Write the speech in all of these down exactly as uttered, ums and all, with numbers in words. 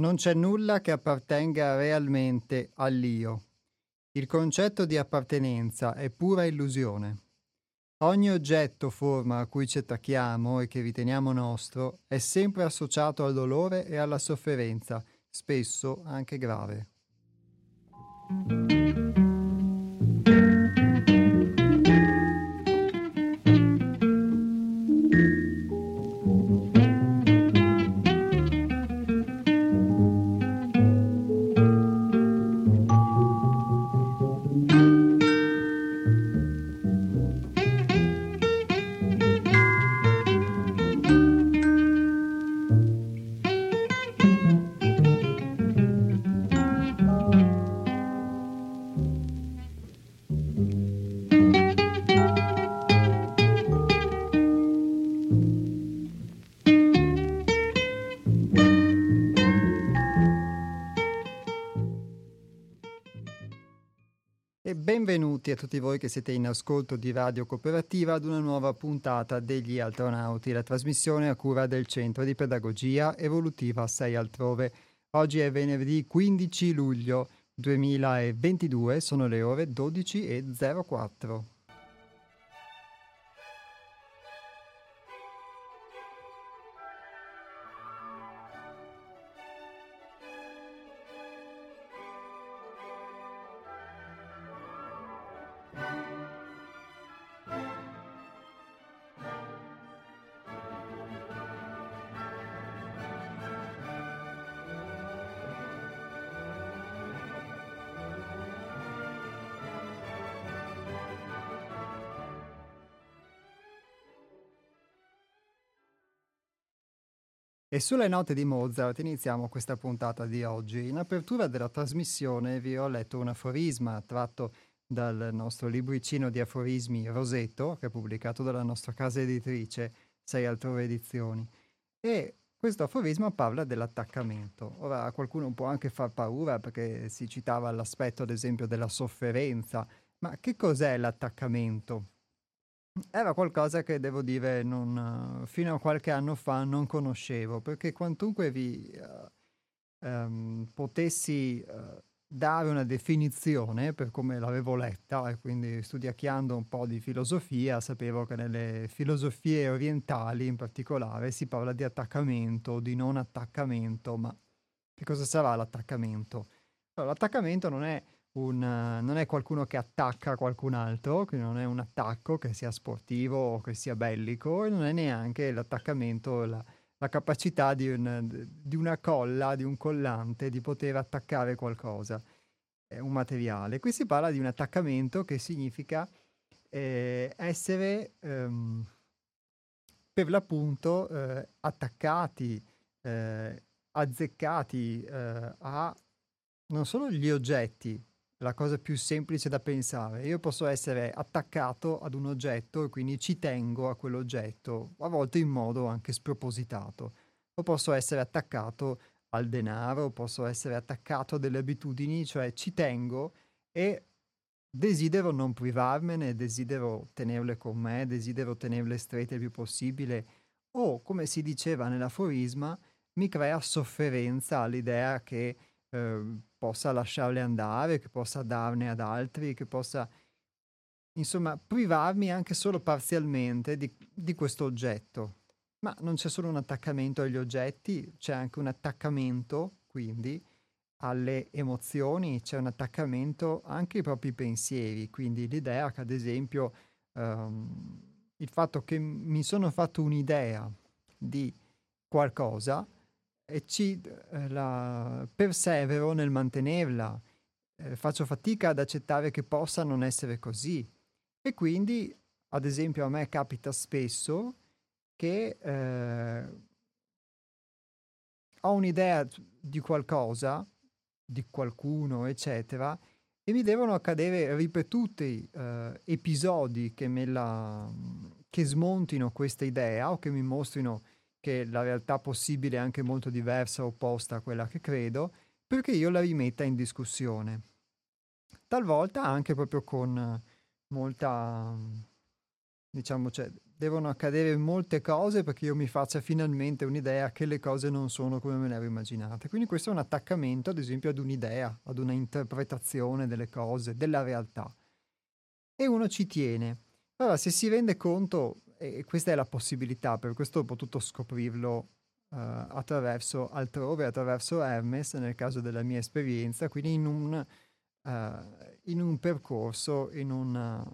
Non c'è nulla che appartenga realmente all'io. Il concetto di appartenenza è pura illusione. Ogni oggetto o forma a cui ci attacchiamo e che riteniamo nostro è sempre associato al dolore e alla sofferenza, spesso anche grave. E benvenuti a tutti voi che siete in ascolto di Radio Cooperativa ad una nuova puntata degli Altronauti, la trasmissione a cura del Centro di Pedagogia Evolutiva sei Altrove. Oggi è venerdì quindici luglio duemilaventidue, sono le ore dodici e zero quattro. E sulle note di Mozart iniziamo questa puntata di oggi. In apertura della trasmissione vi ho letto un aforisma tratto dal nostro libricino di aforismi Rosetto, che è pubblicato dalla nostra casa editrice Sei Altrove Edizioni. E questo aforisma parla dell'attaccamento. Ora a qualcuno può anche far paura perché si citava l'aspetto ad esempio della sofferenza, ma che cos'è l'attaccamento? Era qualcosa che devo dire non fino a qualche anno fa non conoscevo, perché quantunque vi, ehm, ehm, potessi, ehm, dare una definizione per come l'avevo letta e quindi studiacchiando un po' di filosofia, sapevo che nelle filosofie orientali in particolare si parla di attaccamento, di non attaccamento, ma che cosa sarà l'attaccamento? Allora, l'attaccamento non è un eh, non è qualcuno che attacca qualcun altro, quindi non è un attacco che sia sportivo o che sia bellico, e non è neanche l'attaccamento, la, la capacità di, un- di una colla, di un collante, di poter attaccare qualcosa, è un materiale. Qui si parla di un attaccamento che significa eh, essere ehm, per l'appunto eh, attaccati, eh, azzeccati eh, a non solo gli oggetti, la cosa più semplice da pensare. Io posso essere attaccato ad un oggetto e quindi ci tengo a quell'oggetto, a volte in modo anche spropositato. O posso essere attaccato al denaro, posso essere attaccato a delle abitudini, cioè ci tengo e desidero non privarmene, desidero tenerle con me, desidero tenerle strette il più possibile. O, come si diceva nell'aforisma, mi crea sofferenza l'idea che eh, possa lasciarle andare, che possa darne ad altri, che possa, insomma, privarmi anche solo parzialmente di, di questo oggetto. Ma non c'è solo un attaccamento agli oggetti, c'è anche un attaccamento, quindi, alle emozioni, c'è un attaccamento anche ai propri pensieri, quindi l'idea che, ad esempio, ehm, il fatto che mi sono fatto un'idea di qualcosa e ci eh, la persevero nel mantenerla, eh, faccio fatica ad accettare che possa non essere così. E quindi, ad esempio, a me capita spesso che eh, ho un'idea di qualcosa, di qualcuno, eccetera, e mi devono accadere ripetuti eh, episodi che me la che smontino questa idea o che mi mostrino che la realtà possibile è anche molto diversa, opposta a quella che credo, perché io la rimetta in discussione. Talvolta anche proprio con molta, diciamo, cioè, devono accadere molte cose perché io mi faccia finalmente un'idea che le cose non sono come me le ero immaginate. Quindi questo è un attaccamento, ad esempio, ad un'idea, ad una interpretazione delle cose, della realtà. E uno ci tiene. Allora, se si rende conto, e questa è la possibilità, per questo ho potuto scoprirlo eh, attraverso altrove, attraverso Hermes, nel caso della mia esperienza, quindi in un, eh, in un percorso, in un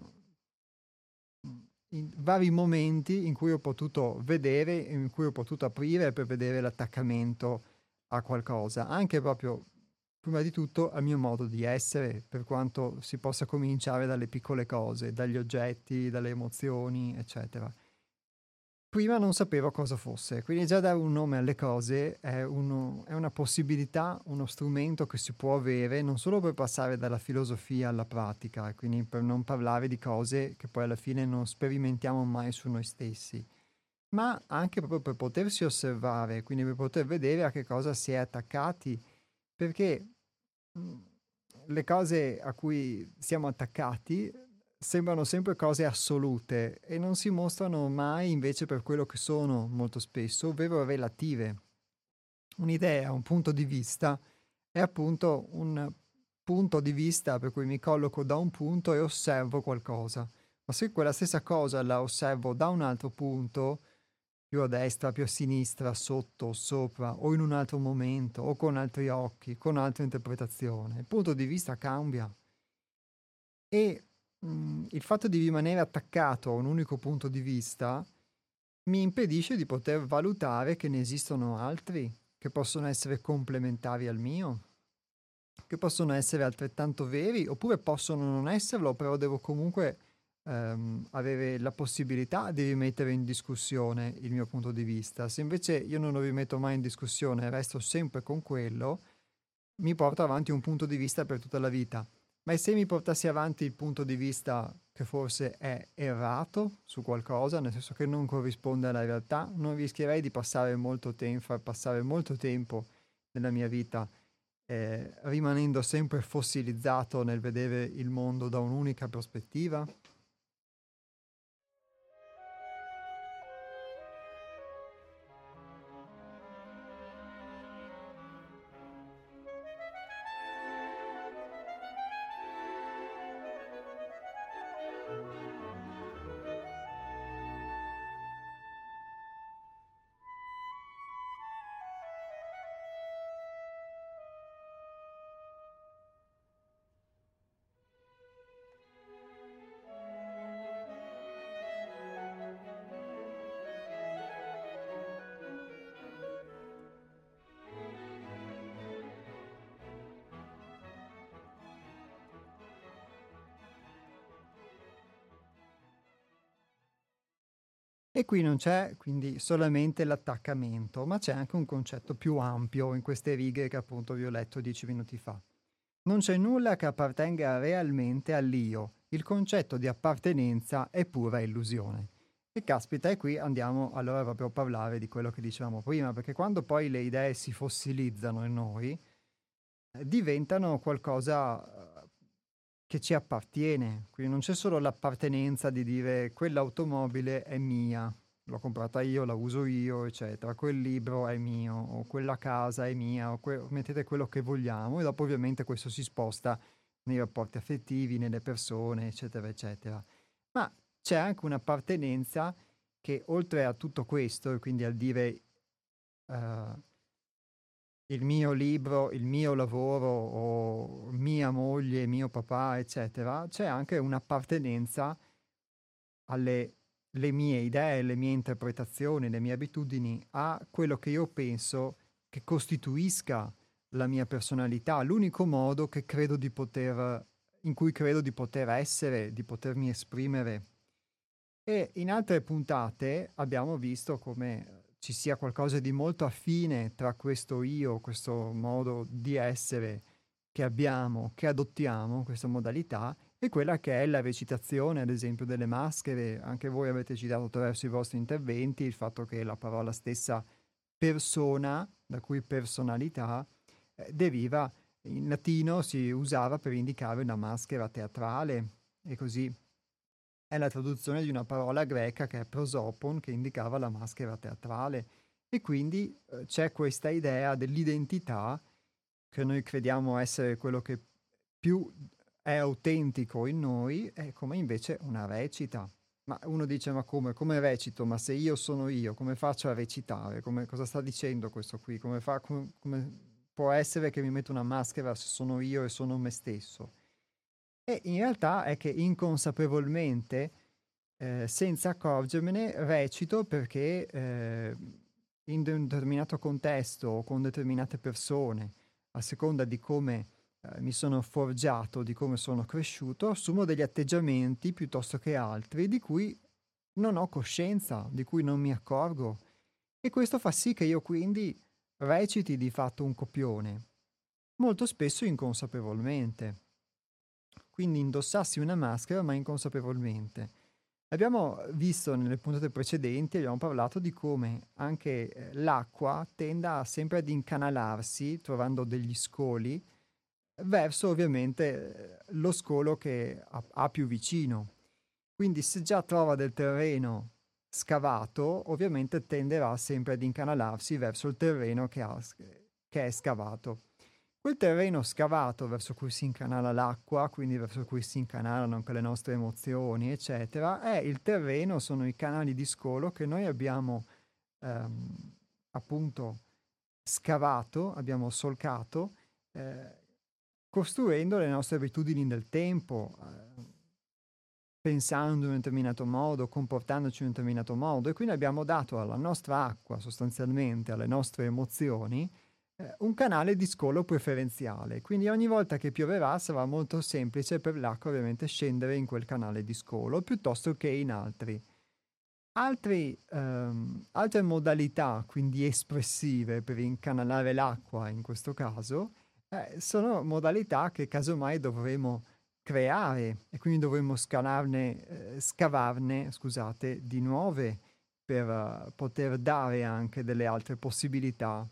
in vari momenti in cui ho potuto vedere, in cui ho potuto aprire per vedere l'attaccamento a qualcosa, anche proprio, prima di tutto, al mio modo di essere, per quanto si possa cominciare dalle piccole cose, dagli oggetti, dalle emozioni, eccetera. Prima non sapevo cosa fosse, quindi già dare un nome alle cose è, uno- è una possibilità, uno strumento che si può avere non solo per passare dalla filosofia alla pratica, e quindi per non parlare di cose che poi alla fine non sperimentiamo mai su noi stessi, ma anche proprio per potersi osservare, quindi per poter vedere a che cosa si è attaccati, perché mm, le cose a cui siamo attaccati sembrano sempre cose assolute e non si mostrano mai invece per quello che sono molto spesso, ovvero relative. Un'idea, un punto di vista è appunto un punto di vista per cui mi colloco da un punto e osservo qualcosa. Ma se quella stessa cosa la osservo da un altro punto, più a destra, più a sinistra, sotto, o sopra, o in un altro momento, o con altri occhi, con altra interpretazione, il punto di vista cambia. E mh, il fatto di rimanere attaccato a un unico punto di vista mi impedisce di poter valutare che ne esistono altri che possono essere complementari al mio, che possono essere altrettanto veri, oppure possono non esserlo, però devo comunque ehm, avere la possibilità di rimettere in discussione il mio punto di vista. Se invece io non lo rimetto mai in discussione e resto sempre con quello, mi porto avanti un punto di vista per tutta la vita. Ma e se mi portassi avanti il punto di vista che forse è errato su qualcosa, nel senso che non corrisponde alla realtà, non rischierei di passare molto tempo, far passare molto tempo nella mia vita eh, rimanendo sempre fossilizzato nel vedere il mondo da un'unica prospettiva? E qui non c'è quindi solamente l'attaccamento, ma c'è anche un concetto più ampio in queste righe che appunto vi ho letto dieci minuti fa. Non c'è nulla che appartenga realmente all'io. Il concetto di appartenenza è pura illusione. E caspita, e qui andiamo allora proprio a parlare di quello che dicevamo prima, perché quando poi le idee si fossilizzano in noi, eh, diventano qualcosa eh, che ci appartiene. Quindi non c'è solo l'appartenenza di dire quell'automobile è mia, l'ho comprata io, la uso io, eccetera, quel libro è mio, o quella casa è mia, o que- mettete quello che vogliamo, e dopo ovviamente questo si sposta nei rapporti affettivi, nelle persone, eccetera, eccetera. Ma c'è anche un'appartenenza che oltre a tutto questo, e quindi al dire eh, il mio libro, il mio lavoro o mia moglie, mio papà, eccetera, c'è anche un'appartenenza alle le mie idee, le mie interpretazioni, le mie abitudini, a quello che io penso che costituisca la mia personalità, l'unico modo che credo di poter, in cui credo di poter essere, di potermi esprimere. E in altre puntate abbiamo visto come ci sia qualcosa di molto affine tra questo io, questo modo di essere che abbiamo, che adottiamo, questa modalità, e quella che è la recitazione, ad esempio, delle maschere. Anche voi avete citato attraverso i vostri interventi il fatto che la parola stessa persona, da cui personalità, eh, deriva, in latino si usava per indicare una maschera teatrale e così. è la traduzione di una parola greca che è prosopon, che indicava la maschera teatrale. E quindi eh, c'è questa idea dell'identità che noi crediamo essere quello che più è autentico in noi, è come invece una recita. Ma uno dice: ma come? Come recito? Ma se io sono io, come faccio a recitare? Come, cosa sta dicendo questo qui? Come fa, come, come può essere che mi metto una maschera se sono io e sono me stesso? E in realtà è che inconsapevolmente, eh, senza accorgermene, recito perché eh, in de- un determinato contesto o con determinate persone, a seconda di come eh, mi sono forgiato, di come sono cresciuto, assumo degli atteggiamenti piuttosto che altri di cui non ho coscienza, di cui non mi accorgo. E questo fa sì che io quindi reciti di fatto un copione, molto spesso inconsapevolmente. Quindi indossassi una maschera ma inconsapevolmente. Abbiamo visto nelle puntate precedenti, abbiamo parlato di come anche eh, l'acqua tenda sempre ad incanalarsi, trovando degli scoli, verso ovviamente eh, lo scolo che ha, ha più vicino. Quindi se già trova del terreno scavato, ovviamente tenderà sempre ad incanalarsi verso il terreno che, ha, che è scavato. Quel terreno scavato verso cui si incanala l'acqua, quindi verso cui si incanalano anche le nostre emozioni, eccetera, è il terreno, sono i canali di scolo che noi abbiamo ehm, appunto scavato, abbiamo solcato, eh, costruendo le nostre abitudini del tempo, eh, pensando in un determinato modo, comportandoci in un determinato modo, e quindi abbiamo dato alla nostra acqua, sostanzialmente alle nostre emozioni, eh, un canale di scolo preferenziale. Quindi ogni volta che pioverà sarà molto semplice per l'acqua ovviamente scendere in quel canale di scolo piuttosto che in altri. Altri, ehm, altre modalità, quindi espressive per incanalare l'acqua in questo caso, eh, sono modalità che casomai dovremo creare e quindi dovremmo scalarne, eh, scavarne, scusate, di nuove per eh, poter dare anche delle altre possibilità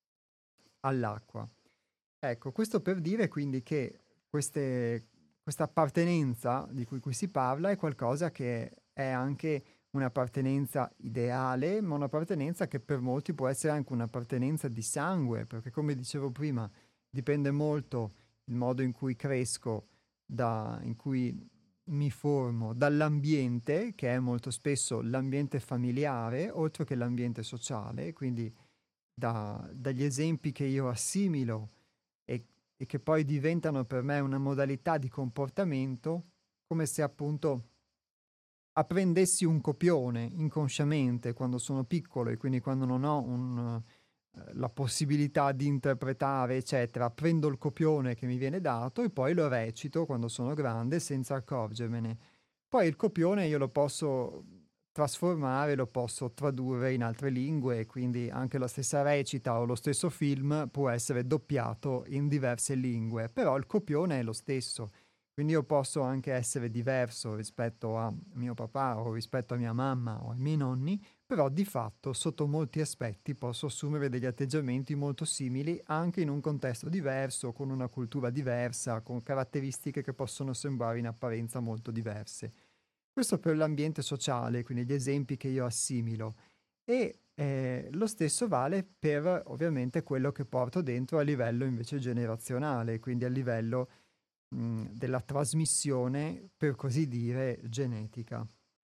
all'acqua. Ecco, questo per dire quindi che queste, questa appartenenza di cui qui si parla è qualcosa che è anche un'appartenenza ideale, ma un'appartenenza che per molti può essere anche un'appartenenza di sangue, perché come dicevo prima, dipende molto il modo in cui cresco, da, in cui mi formo dall'ambiente, che è molto spesso l'ambiente familiare, oltre che l'ambiente sociale, quindi da- dagli esempi che io assimilo e, e che poi diventano per me una modalità di comportamento, come se appunto apprendessi un copione inconsciamente quando sono piccolo e quindi quando non ho un, eh, la possibilità di interpretare, eccetera, prendo il copione che mi viene dato e poi lo recito quando sono grande senza accorgermene. Poi il copione io lo posso trasformare, lo posso tradurre in altre lingue, quindi anche la stessa recita o lo stesso film può essere doppiato in diverse lingue, però il copione è lo stesso. Quindi io posso anche essere diverso rispetto a mio papà o rispetto a mia mamma o ai miei nonni, però di fatto sotto molti aspetti posso assumere degli atteggiamenti molto simili anche in un contesto diverso, con una cultura diversa, con caratteristiche che possono sembrare in apparenza molto diverse. Questo per l'ambiente sociale, quindi gli esempi che io assimilo. E eh, lo stesso vale per ovviamente quello che porto dentro a livello invece generazionale, quindi a livello mh, della trasmissione, per così dire, genetica.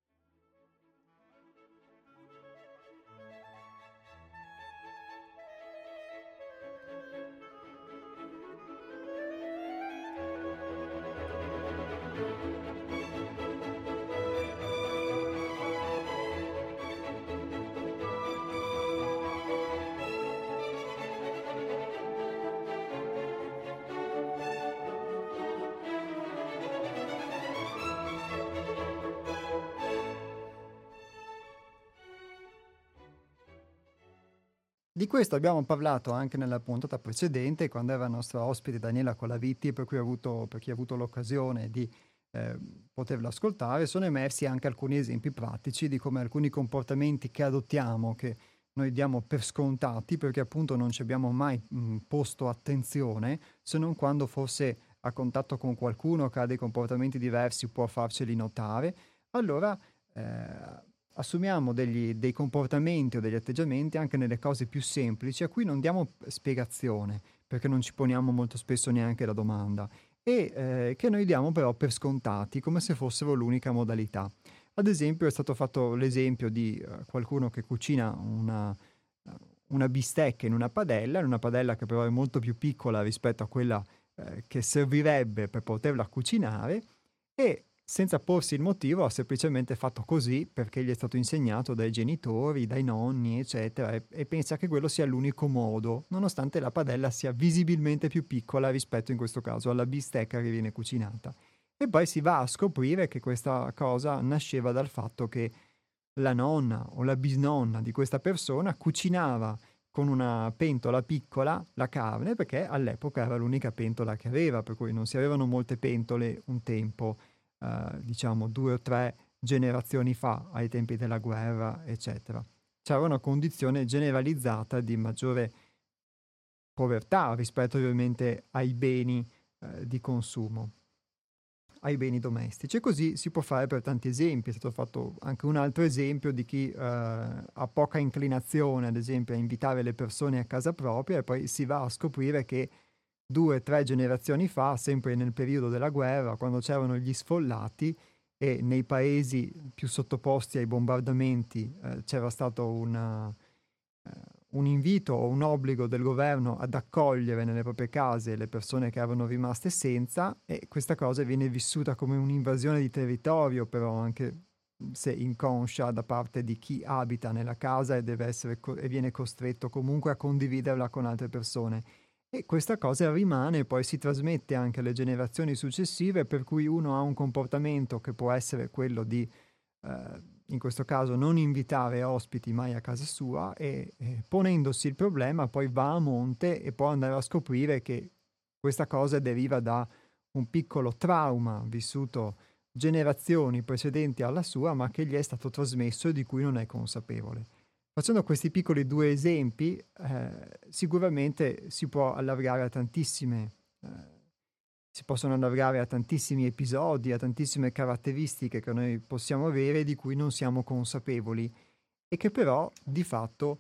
Di questo abbiamo parlato anche nella puntata precedente, quando era nostra ospite Daniela Colavitti, per cui ho avuto, per chi ha avuto l'occasione di eh, poterla ascoltare, sono emersi anche alcuni esempi pratici di come alcuni comportamenti che adottiamo, che noi diamo per scontati, perché appunto non ci abbiamo mai mh, posto attenzione, se non quando forse a contatto con qualcuno che ha dei comportamenti diversi può farceli notare, allora eh, assumiamo degli- dei comportamenti o degli atteggiamenti anche nelle cose più semplici a cui non diamo p- spiegazione, perché non ci poniamo molto spesso neanche la domanda, e eh, che noi diamo però per scontati, come se fossero l'unica modalità. Ad esempio è stato fatto l'esempio di eh, qualcuno che cucina una, una bistecca in una padella, in una padella che però è molto più piccola rispetto a quella eh, che servirebbe per poterla cucinare, e senza porsi il motivo ha semplicemente fatto così perché gli è stato insegnato dai genitori, dai nonni, eccetera, e, e pensa che quello sia l'unico modo, nonostante la padella sia visibilmente più piccola rispetto in questo caso alla bistecca che viene cucinata. E poi si va a scoprire che questa cosa nasceva dal fatto che la nonna o la bisnonna di questa persona cucinava con una pentola piccola la carne perché all'epoca era l'unica pentola che aveva, per cui non si avevano molte pentole un tempo, eh, diciamo due o tre generazioni fa, ai tempi della guerra, eccetera. C'era una condizione generalizzata di maggiore povertà rispetto ovviamente ai beni eh, di consumo, ai beni domestici. E così si può fare per tanti esempi. È stato fatto anche un altro esempio di chi eh, ha poca inclinazione, ad esempio, a invitare le persone a casa propria, e poi si va a scoprire che due o tre generazioni fa, sempre nel periodo della guerra, quando c'erano gli sfollati e nei paesi più sottoposti ai bombardamenti eh, c'era stato una, eh, un invito o un obbligo del governo ad accogliere nelle proprie case le persone che erano rimaste senza, e questa cosa viene vissuta come un'invasione di territorio, però anche se inconscia da parte di chi abita nella casa e deve essere co- e viene costretto comunque a condividerla con altre persone. E questa cosa rimane e poi si trasmette anche alle generazioni successive, per cui uno ha un comportamento che può essere quello di eh, in questo caso non invitare ospiti mai a casa sua, e, e ponendosi il problema poi va a monte e può andare a scoprire che questa cosa deriva da un piccolo trauma vissuto generazioni precedenti alla sua, ma che gli è stato trasmesso e di cui non è consapevole. Facendo questi piccoli due esempi, eh, sicuramente si può allargare a tantissime eh, si possono allargare a tantissimi episodi, a tantissime caratteristiche che noi possiamo avere di cui non siamo consapevoli e che però di fatto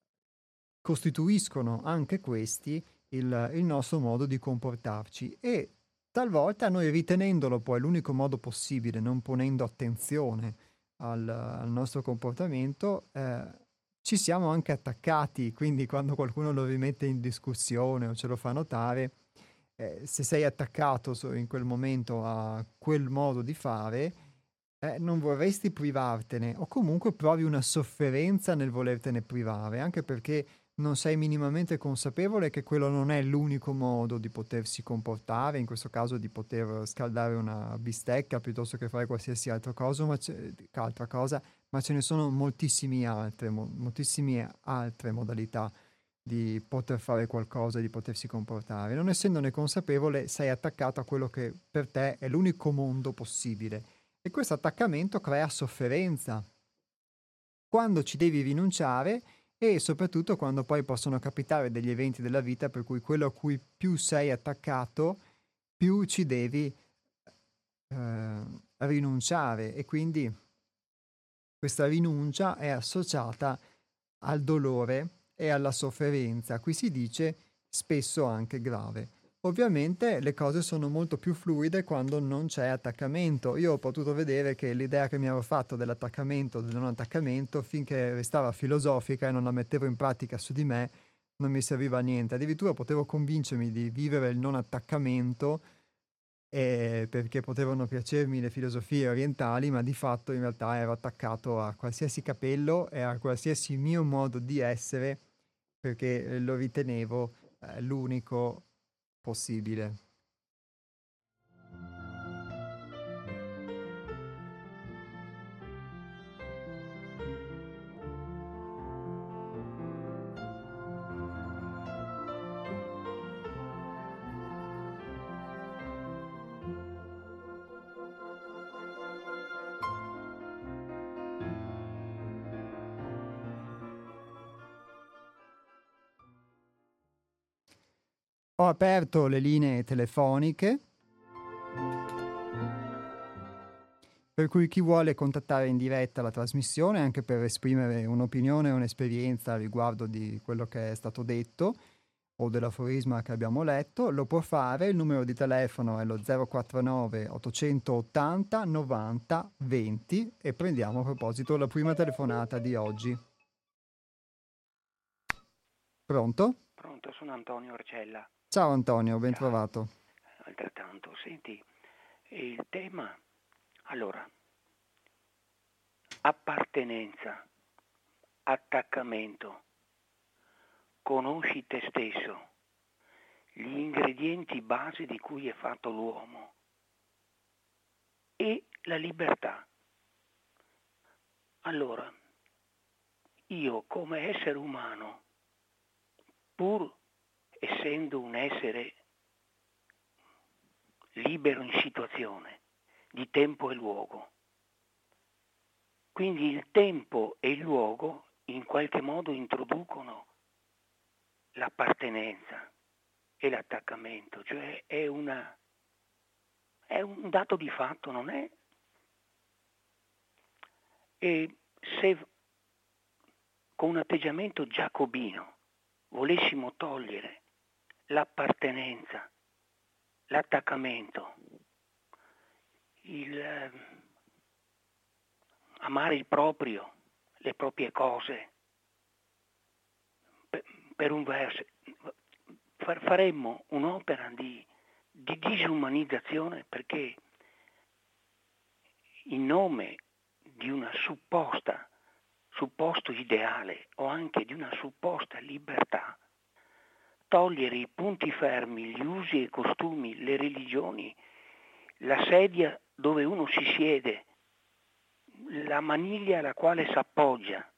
costituiscono anche questi il, il nostro modo di comportarci, e talvolta noi, ritenendolo poi l'unico modo possibile, non ponendo attenzione al, al nostro comportamento, eh, ci siamo anche attaccati, quindi quando qualcuno lo rimette in discussione o ce lo fa notare, eh, se sei attaccato so- in quel momento a quel modo di fare, eh, non vorresti privartene, o comunque provi una sofferenza nel volertene privare, anche perché non sei minimamente consapevole che quello non è l'unico modo di potersi comportare, in questo caso di poter scaldare una bistecca piuttosto che fare qualsiasi altra cosa, ma ce, altra cosa, ma ce ne sono moltissimi altre, mo- moltissime altre modalità di poter fare qualcosa, di potersi comportare. Non essendone consapevole, sei attaccato a quello che per te è l'unico mondo possibile. E questo attaccamento crea sofferenza quando ci devi rinunciare, e soprattutto quando poi possono capitare degli eventi della vita per cui quello a cui più sei attaccato, più ci devi eh, rinunciare, e quindi questa rinuncia è associata al dolore e alla sofferenza, qui si dice spesso anche grave. Ovviamente le cose sono molto più fluide quando non c'è attaccamento. Io ho potuto vedere che l'idea che mi ero fatto dell'attaccamento, del non attaccamento, finché restava filosofica e non la mettevo in pratica su di me, non mi serviva a niente. Addirittura potevo convincermi di vivere il non attaccamento eh, perché potevano piacermi le filosofie orientali, ma di fatto in realtà ero attaccato a qualsiasi capello e a qualsiasi mio modo di essere, perché eh, lo ritenevo eh, l'unico possibile. Ho aperto le linee telefoniche Per cui chi vuole contattare in diretta la trasmissione, anche per esprimere un'opinione o un'esperienza riguardo di quello che è stato detto o dell'aforisma che abbiamo letto, lo può fare. Il numero di telefono è lo zero quattro nove ottocentottanta novanta venti e prendiamo a proposito la prima telefonata di oggi. Pronto? Pronto, sono Antonio Arcella. Ciao Antonio, ben Ciao, trovato. altrettanto. Senti, il tema, allora, appartenenza, attaccamento, conosci te stesso, gli ingredienti base di cui è fatto l'uomo e la libertà. Allora, io come essere umano, pur essendo un essere libero in situazione, di tempo e luogo, quindi il tempo e il luogo in qualche modo introducono l'appartenenza e l'attaccamento, cioè è, una, è un dato di fatto, non è? E se con un atteggiamento giacobino volessimo togliere l'appartenenza, l'attaccamento, il eh, amare il proprio, le proprie cose, per, per un verso, far, faremmo un'opera di, di disumanizzazione, perché in nome di una supposta, supposto ideale o anche di una supposta libertà, togliere i punti fermi, gli usi e i costumi, le religioni, la sedia dove uno si siede, la maniglia alla quale si appoggia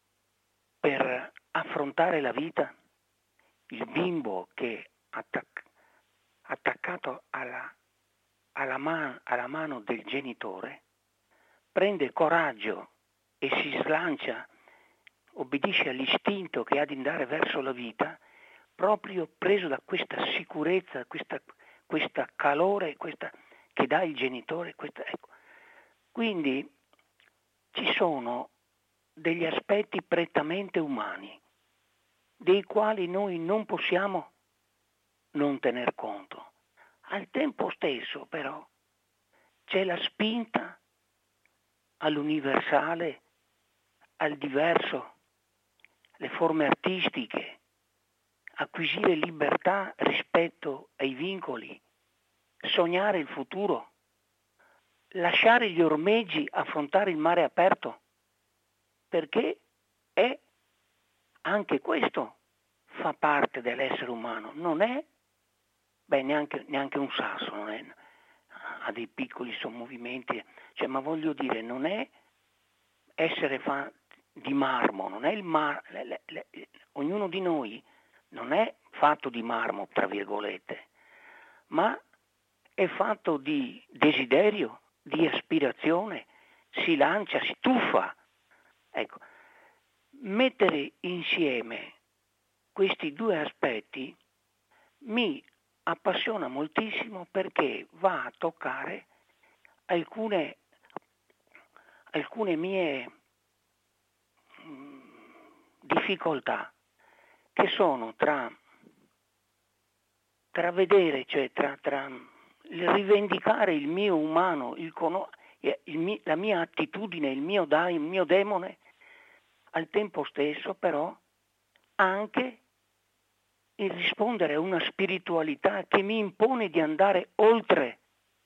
per affrontare la vita, il bimbo che attac- attaccato alla, alla, man- alla mano del genitore prende coraggio e si slancia, obbedisce all'istinto che ha di andare verso la vita, proprio preso da questa sicurezza, questa, questa calore questa, che dà il genitore. Questa, ecco. Quindi ci sono degli aspetti prettamente umani, dei quali noi non possiamo non tener conto. Al tempo stesso, però, c'è la spinta all'universale, al diverso, le forme artistiche, acquisire libertà rispetto ai vincoli, sognare il futuro, lasciare gli ormeggi, affrontare il mare aperto, perché è anche questo fa parte dell'essere umano, non è, beh, neanche, neanche un sasso, non è, ha dei piccoli sommovimenti, cioè, ma voglio dire, non è essere fa, di marmo, non è il mar, le, le, le, ognuno di noi non è fatto di marmo, tra virgolette, ma è fatto di desiderio, di aspirazione, si lancia, si tuffa. Ecco, mettere insieme questi due aspetti mi appassiona moltissimo, perché va a toccare alcune, alcune mie mh, difficoltà, che sono tra, tra vedere, cioè tra, tra il rivendicare il mio umano, il cono- il mio, la mia attitudine, il mio dai, il mio demone, al tempo stesso però anche il rispondere a una spiritualità che mi impone di andare oltre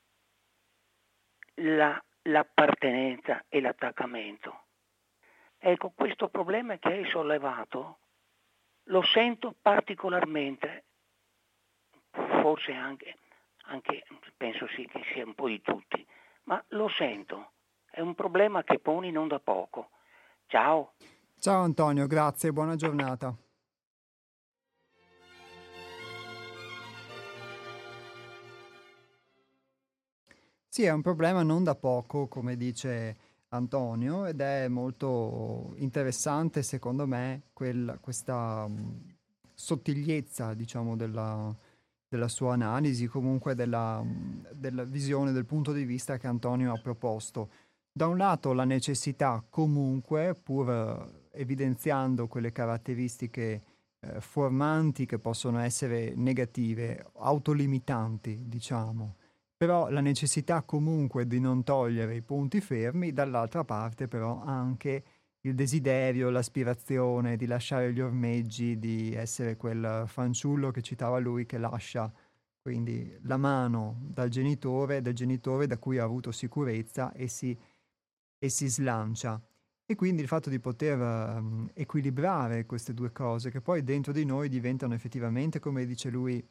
la, l'appartenenza e l'attaccamento. Ecco, questo problema che hai sollevato lo sento particolarmente, forse anche, anche penso sì che sia un po' di tutti, ma lo sento, è un problema che poni non da poco. Ciao. Ciao Antonio, grazie, buona giornata. Sì, è un problema non da poco, come dice Antonio, ed è molto interessante secondo me quel- questa mh, sottigliezza, diciamo, della, della sua analisi, comunque della, della visione, del punto di vista che Antonio ha proposto. Da un lato la necessità comunque, pur eh, evidenziando quelle caratteristiche eh, formanti che possono essere negative, autolimitanti, diciamo, però la necessità comunque di non togliere i punti fermi, dall'altra parte però anche il desiderio, l'aspirazione di lasciare gli ormeggi, di essere quel fanciullo che citava lui che lascia quindi la mano dal genitore, del genitore da cui ha avuto sicurezza e si, e si slancia. E quindi il fatto di poter ehm, equilibrare queste due cose, che poi dentro di noi diventano effettivamente, come dice lui,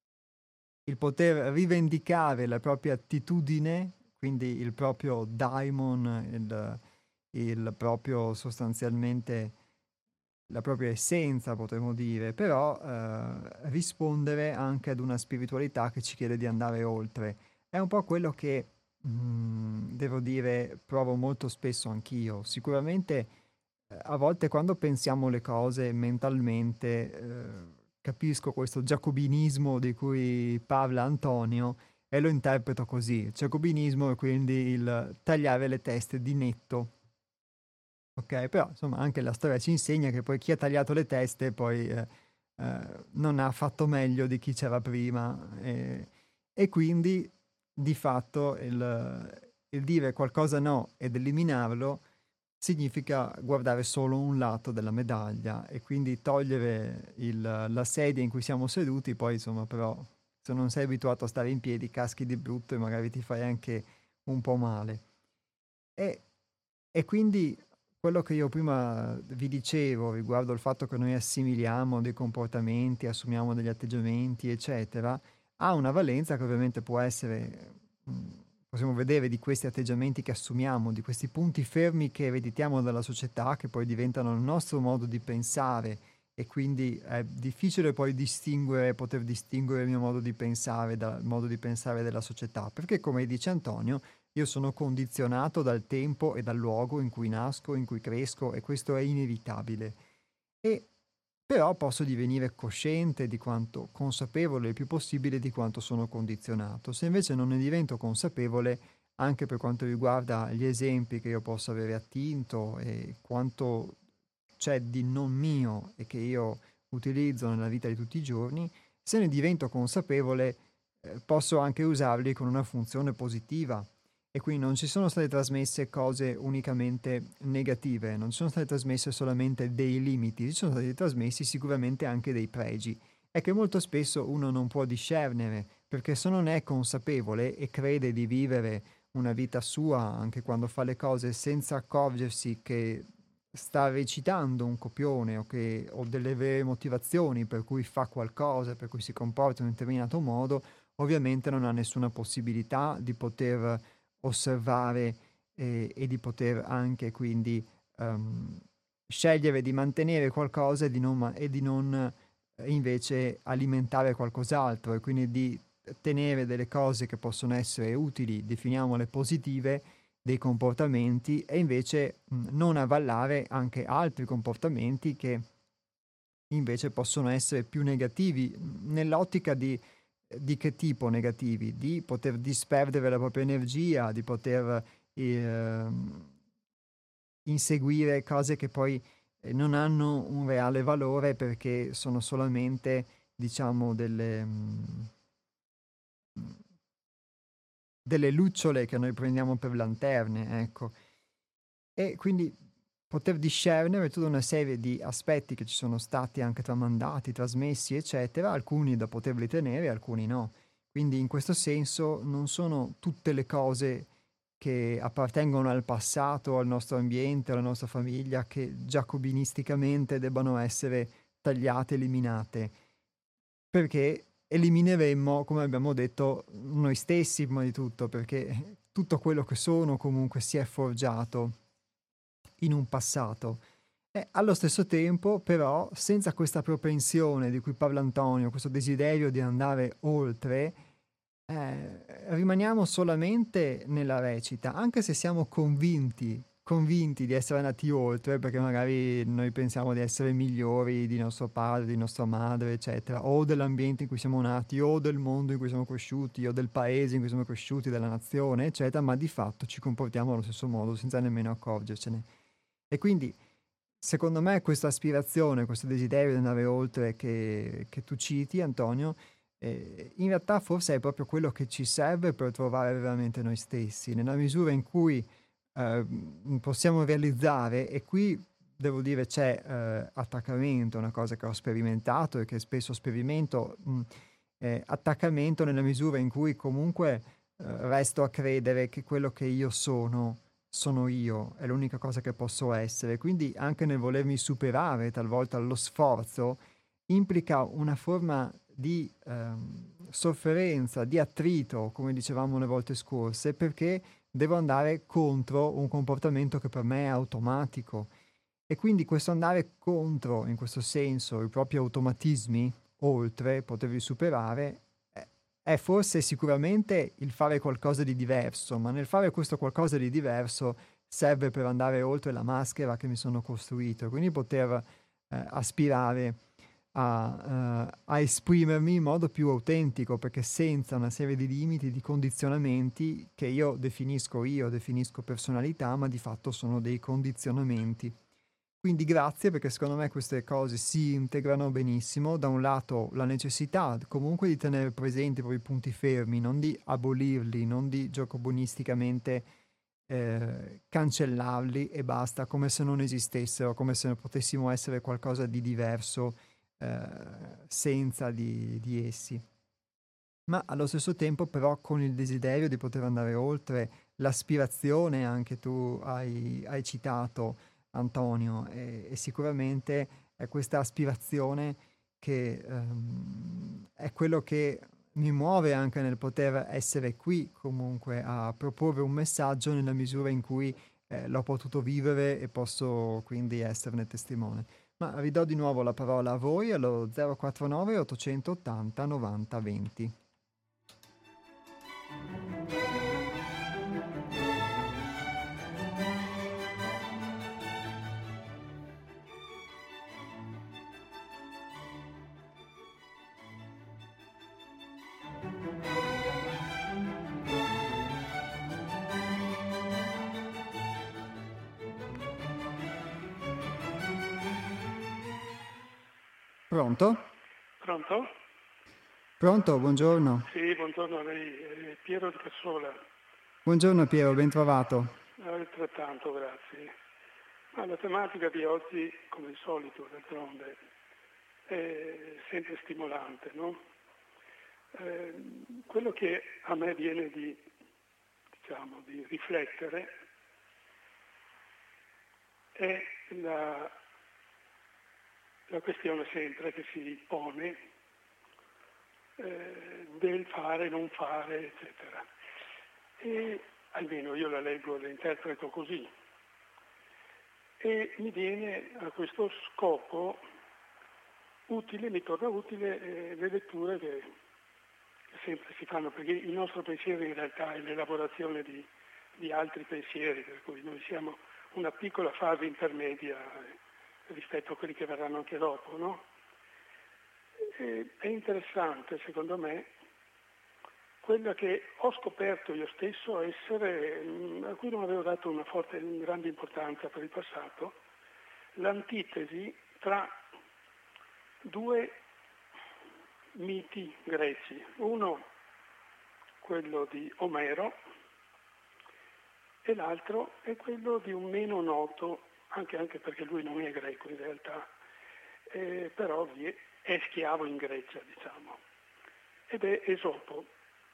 il poter rivendicare la propria attitudine, quindi il proprio daimon, il, il proprio sostanzialmente la propria essenza, potremmo dire, però eh, rispondere anche ad una spiritualità che ci chiede di andare oltre. È un po' quello che, mm, devo dire, provo molto spesso anch'io. Sicuramente eh, a volte quando pensiamo le cose mentalmente, eh, capisco questo giacobinismo di cui parla Antonio e lo interpreto così. Il giacobinismo è quindi il tagliare le teste di netto. Ok, però insomma anche la storia ci insegna che poi chi ha tagliato le teste poi eh, eh, non ha fatto meglio di chi c'era prima e, e quindi di fatto il, il dire qualcosa no ed eliminarlo significa guardare solo un lato della medaglia e quindi togliere il- la sedia in cui siamo seduti, poi insomma però se non sei abituato a stare in piedi caschi di brutto e magari ti fai anche un po' male. E, e quindi quello che io prima vi dicevo riguardo il fatto che noi assimiliamo dei comportamenti, assumiamo degli atteggiamenti, eccetera, ha una valenza che ovviamente può essere, mh, possiamo vedere di questi atteggiamenti che assumiamo, di questi punti fermi che ereditiamo dalla società, che poi diventano il nostro modo di pensare e quindi è difficile poi distinguere, poter distinguere il mio modo di pensare dal modo di pensare della società, perché come dice Antonio, io sono condizionato dal tempo e dal luogo in cui nasco, in cui cresco e questo è inevitabile. E però posso divenire cosciente di quanto, consapevole il più possibile di quanto sono condizionato. Se invece non ne divento consapevole, anche per quanto riguarda gli esempi che io posso avere attinto e quanto c'è di non mio e che io utilizzo nella vita di tutti i giorni, se ne divento consapevole, eh, posso anche usarli con una funzione positiva e quindi non ci sono state trasmesse cose unicamente negative, non ci sono state trasmesse solamente dei limiti, ci sono stati trasmessi sicuramente anche dei pregi. È che molto spesso uno non può discernere, perché se non è consapevole e crede di vivere una vita sua anche quando fa le cose senza accorgersi che sta recitando un copione o che ho delle vere motivazioni per cui fa qualcosa, per cui si comporta in un determinato modo, ovviamente non ha nessuna possibilità di poter osservare eh, e di poter anche quindi ehm, scegliere di mantenere qualcosa e di non, ma- e di non eh, invece alimentare qualcos'altro e quindi di tenere delle cose che possono essere utili, definiamole positive, dei comportamenti e invece mh, non avvallare anche altri comportamenti che invece possono essere più negativi, mh, nell'ottica di di che tipo negativi? Di poter disperdere la propria energia, di poter ehm, inseguire cose che poi eh, non hanno un reale valore perché sono solamente, diciamo, delle, mm, delle lucciole che noi prendiamo per lanterne, ecco. E quindi poter discernere tutta una serie di aspetti che ci sono stati anche tramandati, trasmessi, eccetera, alcuni da poterli tenere, alcuni no. Quindi in questo senso non sono tutte le cose che appartengono al passato, al nostro ambiente, alla nostra famiglia, che giacobinisticamente debbano essere tagliate, eliminate, perché elimineremmo, come abbiamo detto, noi stessi prima di tutto, perché tutto quello che sono comunque si è forgiato in un passato. E allo stesso tempo, però, senza questa propensione di cui parla Antonio, questo desiderio di andare oltre, eh, rimaniamo solamente nella recita, anche se siamo convinti convinti di essere andati oltre, perché magari noi pensiamo di essere migliori di nostro padre, di nostra madre, eccetera, o dell'ambiente in cui siamo nati, o del mondo in cui siamo cresciuti, o del paese in cui siamo cresciuti, della nazione, eccetera, ma di fatto ci comportiamo allo stesso modo senza nemmeno accorgercene. E quindi, secondo me, questa aspirazione, questo desiderio di andare oltre che, che tu citi, Antonio, eh, in realtà forse è proprio quello che ci serve per trovare veramente noi stessi, nella misura in cui eh, possiamo realizzare, e qui devo dire c'è eh, attaccamento, una cosa che ho sperimentato e che spesso sperimento, mh, eh, attaccamento nella misura in cui comunque eh, resto a credere che quello che io sono, sono io, è l'unica cosa che posso essere. Quindi anche nel volermi superare talvolta lo sforzo implica una forma di ehm, sofferenza, di attrito, come dicevamo le volte scorse, perché devo andare contro un comportamento che per me è automatico. E quindi questo andare contro, in questo senso, i propri automatismi, oltre, poterli superare, è è forse sicuramente il fare qualcosa di diverso, ma nel fare questo qualcosa di diverso serve per andare oltre la maschera che mi sono costruito, quindi poter eh, aspirare a, eh, a esprimermi in modo più autentico, perché senza una serie di limiti, di condizionamenti che io definisco io, definisco personalità, ma di fatto sono dei condizionamenti. Quindi grazie, perché secondo me queste cose si integrano benissimo. Da un lato la necessità comunque di tenere presenti i propri punti fermi, non di abolirli, non di giocobonisticamente eh, cancellarli e basta, come se non esistessero, come se potessimo essere qualcosa di diverso eh, senza di, di essi. Ma allo stesso tempo però con il desiderio di poter andare oltre, l'aspirazione anche tu hai, hai citato, Antonio, e, e sicuramente è questa aspirazione che ehm, è quello che mi muove anche nel poter essere qui comunque a proporre un messaggio nella misura in cui eh, l'ho potuto vivere e posso quindi esserne testimone. Ma ridò di nuovo la parola a voi allo zero quattro nove ottocentottanta novanta venti. Pronto? Pronto? Pronto, buongiorno. Sì, buongiorno a lei, è Piero di Cassola. Buongiorno Piero, ben trovato. Altrettanto, grazie. Ma la tematica di oggi, come al solito, d'altronde, è sempre stimolante, no? Eh, quello che a me viene di, diciamo, di riflettere è la, la questione sempre che si pone eh, del fare, non fare, eccetera. E almeno io la leggo e la interpreto così. E mi viene a questo scopo utile, mi torna utile eh, le letture che sempre si fanno, perché il nostro pensiero in realtà è l'elaborazione di, di altri pensieri, per cui noi siamo una piccola fase intermedia rispetto a quelli che verranno anche dopo, no? E è interessante, secondo me, quella che ho scoperto io stesso essere, a cui non avevo dato una forte, una grande importanza per il passato, l'antitesi tra due miti greci. Uno, quello di Omero, e l'altro è quello di un meno noto, anche, anche perché lui non è greco in realtà, eh, però è schiavo in Grecia, diciamo, ed è Esopo.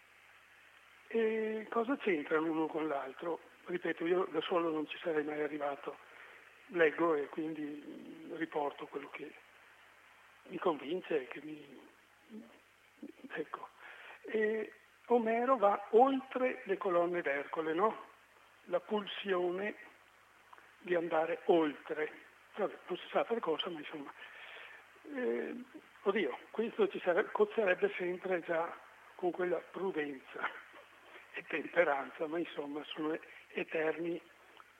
E cosa c'entrano uno con l'altro? Ripeto, io da solo non ci sarei mai arrivato. Leggo e quindi riporto quello che mi convince e che mi... Ecco. E Omero va oltre le colonne d'Ercole, no? La pulsione di andare oltre. Vabbè, non si sa per cosa, ma insomma... Eh, oddio, questo ci sarebbe, cozzerebbe sempre già con quella prudenza e temperanza, ma insomma sono eterni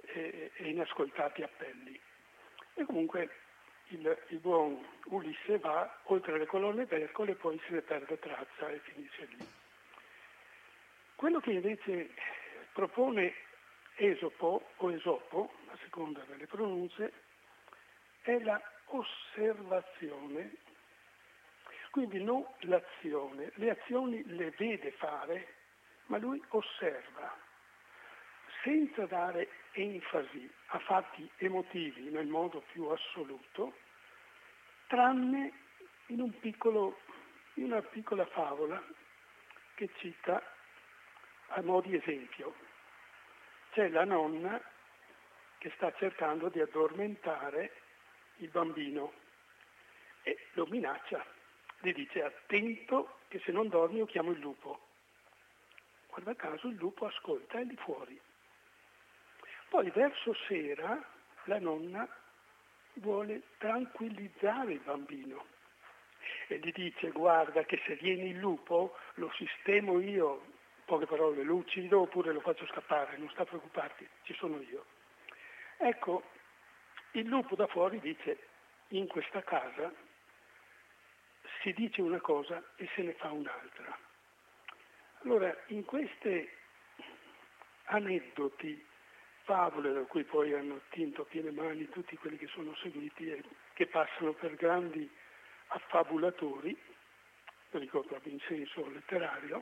e, e inascoltati appelli. E comunque il, il buon Ulisse va oltre le colonne d'Ercole e poi se ne perde traccia e finisce lì. Quello che invece propone Esopo o Esopo, a seconda delle pronunce, è la osservazione, quindi non l'azione. Le azioni le vede fare, ma lui osserva, senza dare enfasi a fatti emotivi nel modo più assoluto, tranne in, un piccolo, in una piccola favola che cita a mo' di esempio. C'è la nonna che sta cercando di addormentare il bambino e lo minaccia, gli dice attento che se non dormi io chiamo il lupo. Guarda caso il lupo ascolta e è lì fuori. Poi verso sera la nonna vuole tranquillizzare il bambino e gli dice guarda che se viene il lupo lo sistemo io, in poche parole lo uccido oppure lo faccio scappare, non sta a preoccuparti, ci sono io. Ecco, il lupo da fuori dice in questa casa si dice una cosa e se ne fa un'altra. Allora in questi aneddoti, favole da cui poi hanno tinto a piene mani tutti quelli che sono seguiti e che passano per grandi affabulatori, lo dico proprio in senso letterario,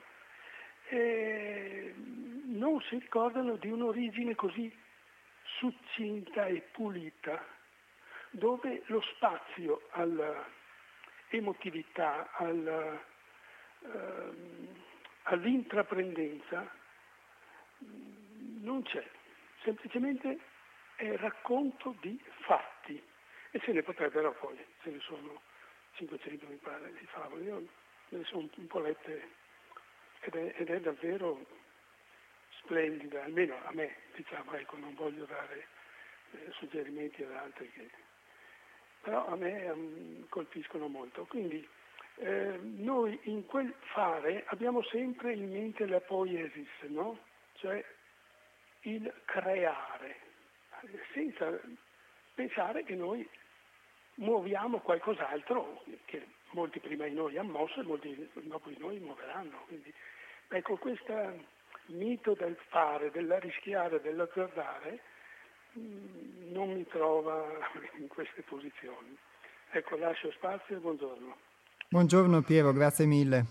e non si ricordano di un'origine così succinta e pulita, dove lo spazio all'emotività, alla, ehm, all'intraprendenza non c'è. Semplicemente è racconto di fatti e se ne potrebbero poi, ce ne sono cinquecento mi pare di favole, io me ne sono un po' lette ed è, ed è davvero splendida, almeno a me, diciamo, ecco, non voglio dare eh, suggerimenti ad altri che però a me um, colpiscono molto. Quindi eh, noi in quel fare abbiamo sempre in mente la poiesis, no? Cioè il creare, senza pensare che noi muoviamo qualcos'altro che molti prima di noi hanno mosso e molti dopo di noi muoveranno. Quindi, ecco, questo mito del fare, dell'arrischiare, dell'azzardare mh, non mi trova in queste posizioni. Ecco, lascio spazio e buongiorno. Buongiorno Piero, grazie mille.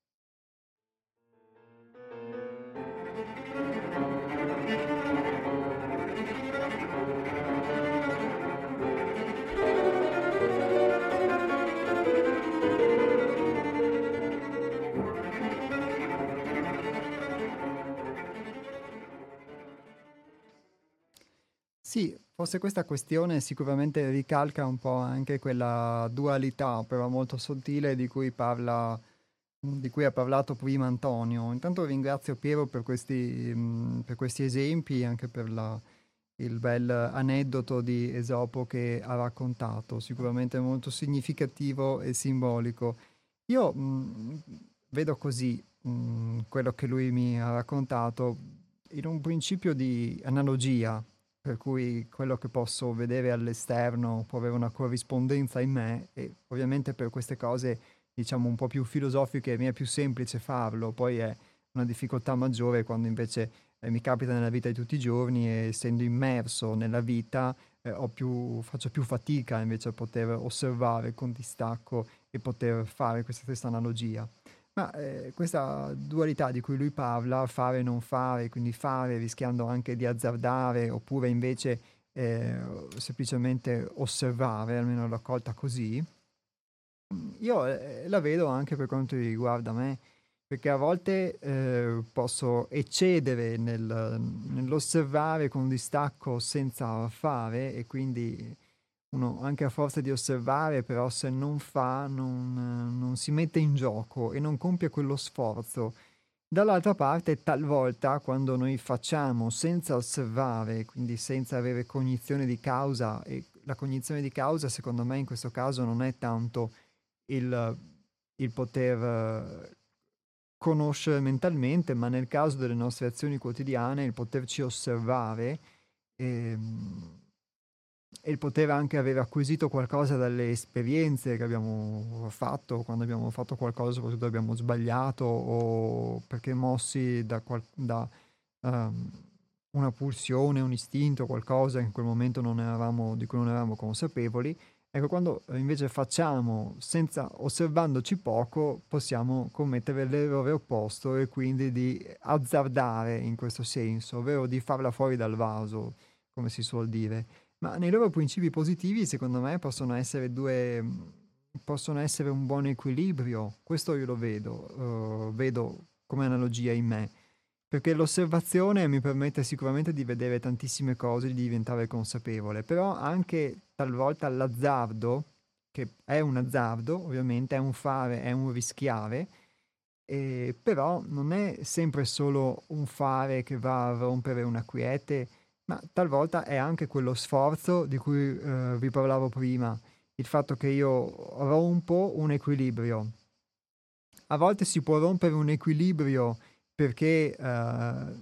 Sì, forse questa questione sicuramente ricalca un po' anche quella dualità, però molto sottile, di cui parla, di cui ha parlato prima Antonio. Intanto ringrazio Piero per questi, mh, per questi esempi, anche per la, il bel aneddoto di Esopo che ha raccontato, sicuramente molto significativo e simbolico. Io mh, vedo così mh, quello che lui mi ha raccontato in un principio di analogia, per cui quello che posso vedere all'esterno può avere una corrispondenza in me e ovviamente per queste cose, diciamo, un po' più filosofiche mi è più semplice farlo, poi è una difficoltà maggiore quando invece eh, mi capita nella vita di tutti i giorni e essendo immerso nella vita eh, ho più, faccio più fatica invece a poter osservare con distacco e poter fare questa stessa analogia. Ma eh, questa dualità di cui lui parla, fare e non fare, quindi fare rischiando anche di azzardare, oppure invece eh, semplicemente osservare, almeno l'ho colta così, io eh, la vedo anche per quanto riguarda me, perché a volte eh, posso eccedere nel- nell'osservare con distacco senza fare e quindi uno anche a forza di osservare, però se non fa, non, eh, non si mette in gioco e non compie quello sforzo. Dall'altra parte, talvolta, quando noi facciamo senza osservare, quindi senza avere cognizione di causa, e la cognizione di causa, secondo me, in questo caso non è tanto il, il poter eh, conoscere mentalmente, ma nel caso delle nostre azioni quotidiane, il poterci osservare ehm, e il poter anche aver acquisito qualcosa dalle esperienze che abbiamo fatto, quando abbiamo fatto qualcosa, soprattutto abbiamo sbagliato o perché mossi da, qual- da ehm, una pulsione, un istinto, qualcosa che in quel momento non eravamo, di cui non eravamo consapevoli. Ecco, quando eh, invece facciamo senza osservandoci poco, possiamo commettere l'errore opposto e quindi di azzardare in questo senso, ovvero di farla fuori dal vaso, come si suol dire. Ma nei loro principi positivi, secondo me, possono essere due, mh, possono essere un buon equilibrio. Questo io lo vedo, eh, vedo come analogia in me. Perché l'osservazione mi permette sicuramente di vedere tantissime cose, di diventare consapevole, però anche talvolta l'azzardo, che è un azzardo, ovviamente, è un fare, è un rischiare, e però non è sempre solo un fare che va a rompere una quiete, ma talvolta è anche quello sforzo di cui eh, vi parlavo prima, il fatto che io rompo un equilibrio. A volte si può rompere un equilibrio perché eh,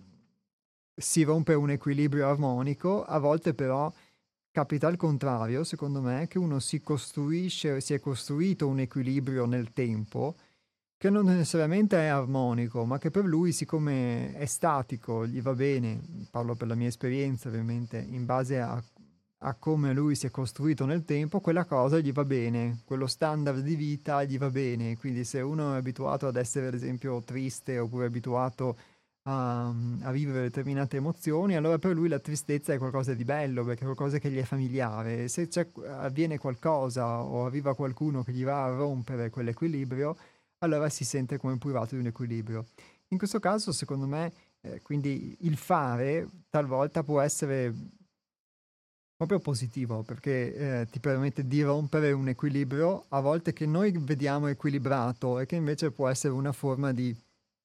si rompe un equilibrio armonico, a volte però capita al contrario, secondo me, che uno si costruisce, si è costruito un equilibrio nel tempo che non necessariamente è armonico, ma che per lui, siccome è statico, gli va bene, parlo per la mia esperienza ovviamente, in base a, a come lui si è costruito nel tempo, quella cosa gli va bene, quello standard di vita gli va bene, quindi se uno è abituato ad essere ad esempio triste oppure abituato a, a vivere determinate emozioni, allora per lui la tristezza è qualcosa di bello, perché è qualcosa che gli è familiare. Se c'è, avviene qualcosa o arriva qualcuno che gli va a rompere quell'equilibrio, allora si sente come privato di un equilibrio. In questo caso, secondo me, eh, quindi il fare talvolta può essere proprio positivo, perché eh, ti permette di rompere un equilibrio a volte che noi vediamo equilibrato e che invece può essere una forma di,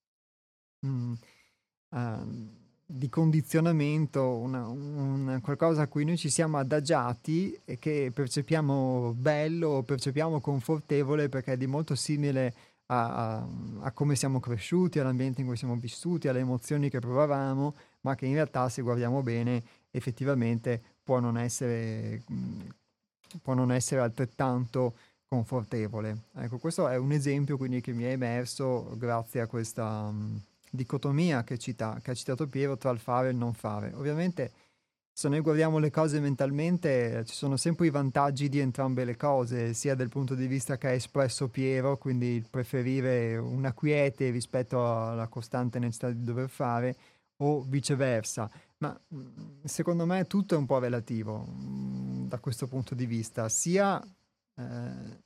mm, ehm, di condizionamento, una, un- qualcosa a cui noi ci siamo adagiati e che percepiamo bello, percepiamo confortevole perché è di molto simile a, a- a come siamo cresciuti, all'ambiente in cui siamo vissuti, alle emozioni che provavamo, ma che in realtà, se guardiamo bene, effettivamente può non essere, mh, può non essere altrettanto confortevole. Ecco, questo è un esempio quindi che mi è emerso grazie a questa mh, dicotomia che, cita, che ha citato Piero tra il fare e il non fare. Ovviamente, se noi guardiamo le cose mentalmente, ci sono sempre i vantaggi di entrambe le cose, sia dal punto di vista che ha espresso Piero, quindi il preferire una quiete rispetto alla costante necessità di dover fare, o viceversa. Ma mh, secondo me tutto è un po' relativo mh, da questo punto di vista, sia eh,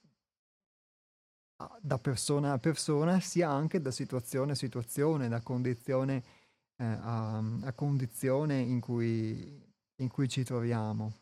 a- da persona a persona, sia anche da situazione a situazione, da condizione eh, a, a condizione in cui, in cui ci troviamo.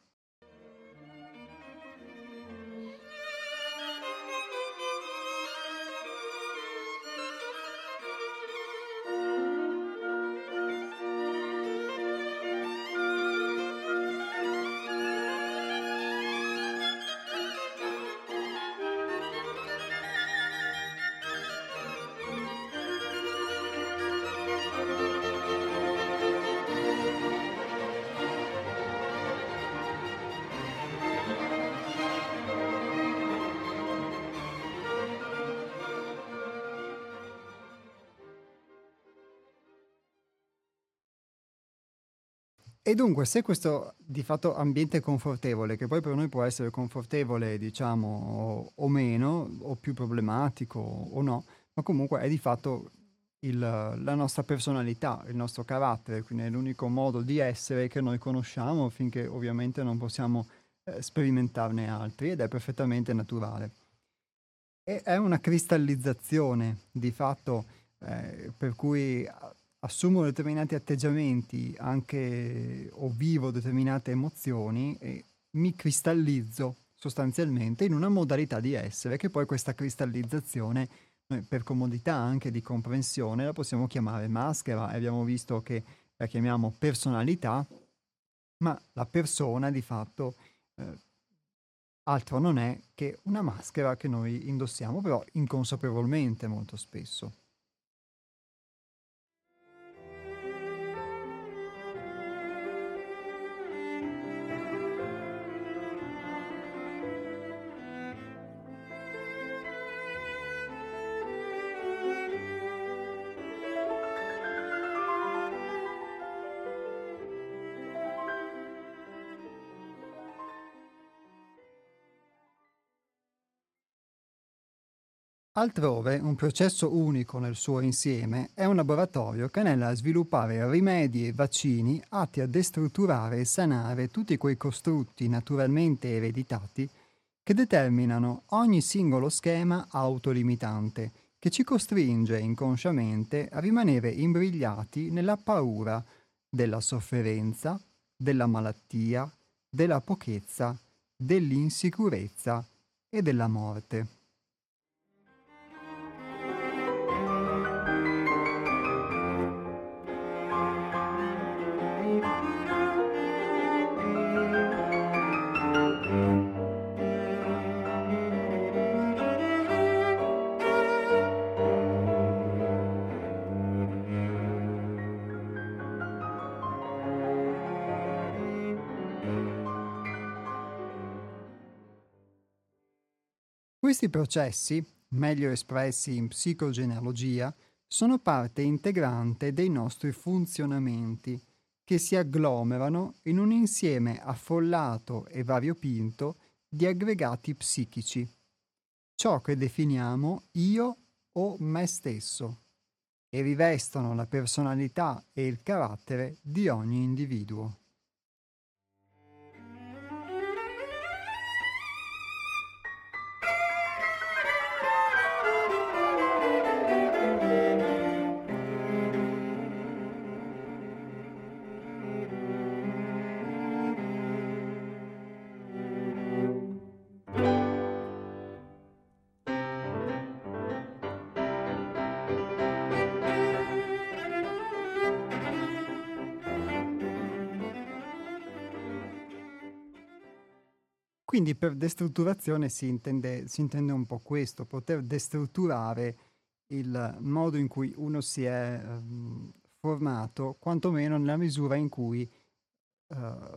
E dunque, se questo di fatto ambiente confortevole, che poi per noi può essere confortevole, diciamo, o, o meno, o più problematico o no, ma comunque è di fatto il- la nostra personalità, il nostro carattere, quindi è l'unico modo di essere che noi conosciamo finché ovviamente non possiamo eh, sperimentarne altri ed è perfettamente naturale. E è una cristallizzazione di fatto eh, per cui a- assumo determinati atteggiamenti anche o vivo determinate emozioni e mi cristallizzo sostanzialmente in una modalità di essere che poi questa cristallizzazione noi per comodità anche di comprensione la possiamo chiamare maschera e abbiamo visto che la chiamiamo personalità, ma la persona di fatto eh, altro non è che una maschera che noi indossiamo però inconsapevolmente molto spesso. Altrove, un processo unico nel suo insieme è un laboratorio che anela a sviluppare rimedi e vaccini atti a destrutturare e sanare tutti quei costrutti naturalmente ereditati che determinano ogni singolo schema autolimitante che ci costringe inconsciamente a rimanere imbrigliati nella paura della sofferenza, della malattia, della pochezza, dell'insicurezza e della morte. Questi processi, meglio espressi in psicogenealogia, sono parte integrante dei nostri funzionamenti, che si agglomerano in un insieme affollato e variopinto di aggregati psichici, ciò che definiamo io o me stesso, e rivestono la personalità e il carattere di ogni individuo. Quindi per destrutturazione si intende, si intende un po' questo, poter destrutturare il modo in cui uno si è ehm, formato, quantomeno nella misura in cui eh,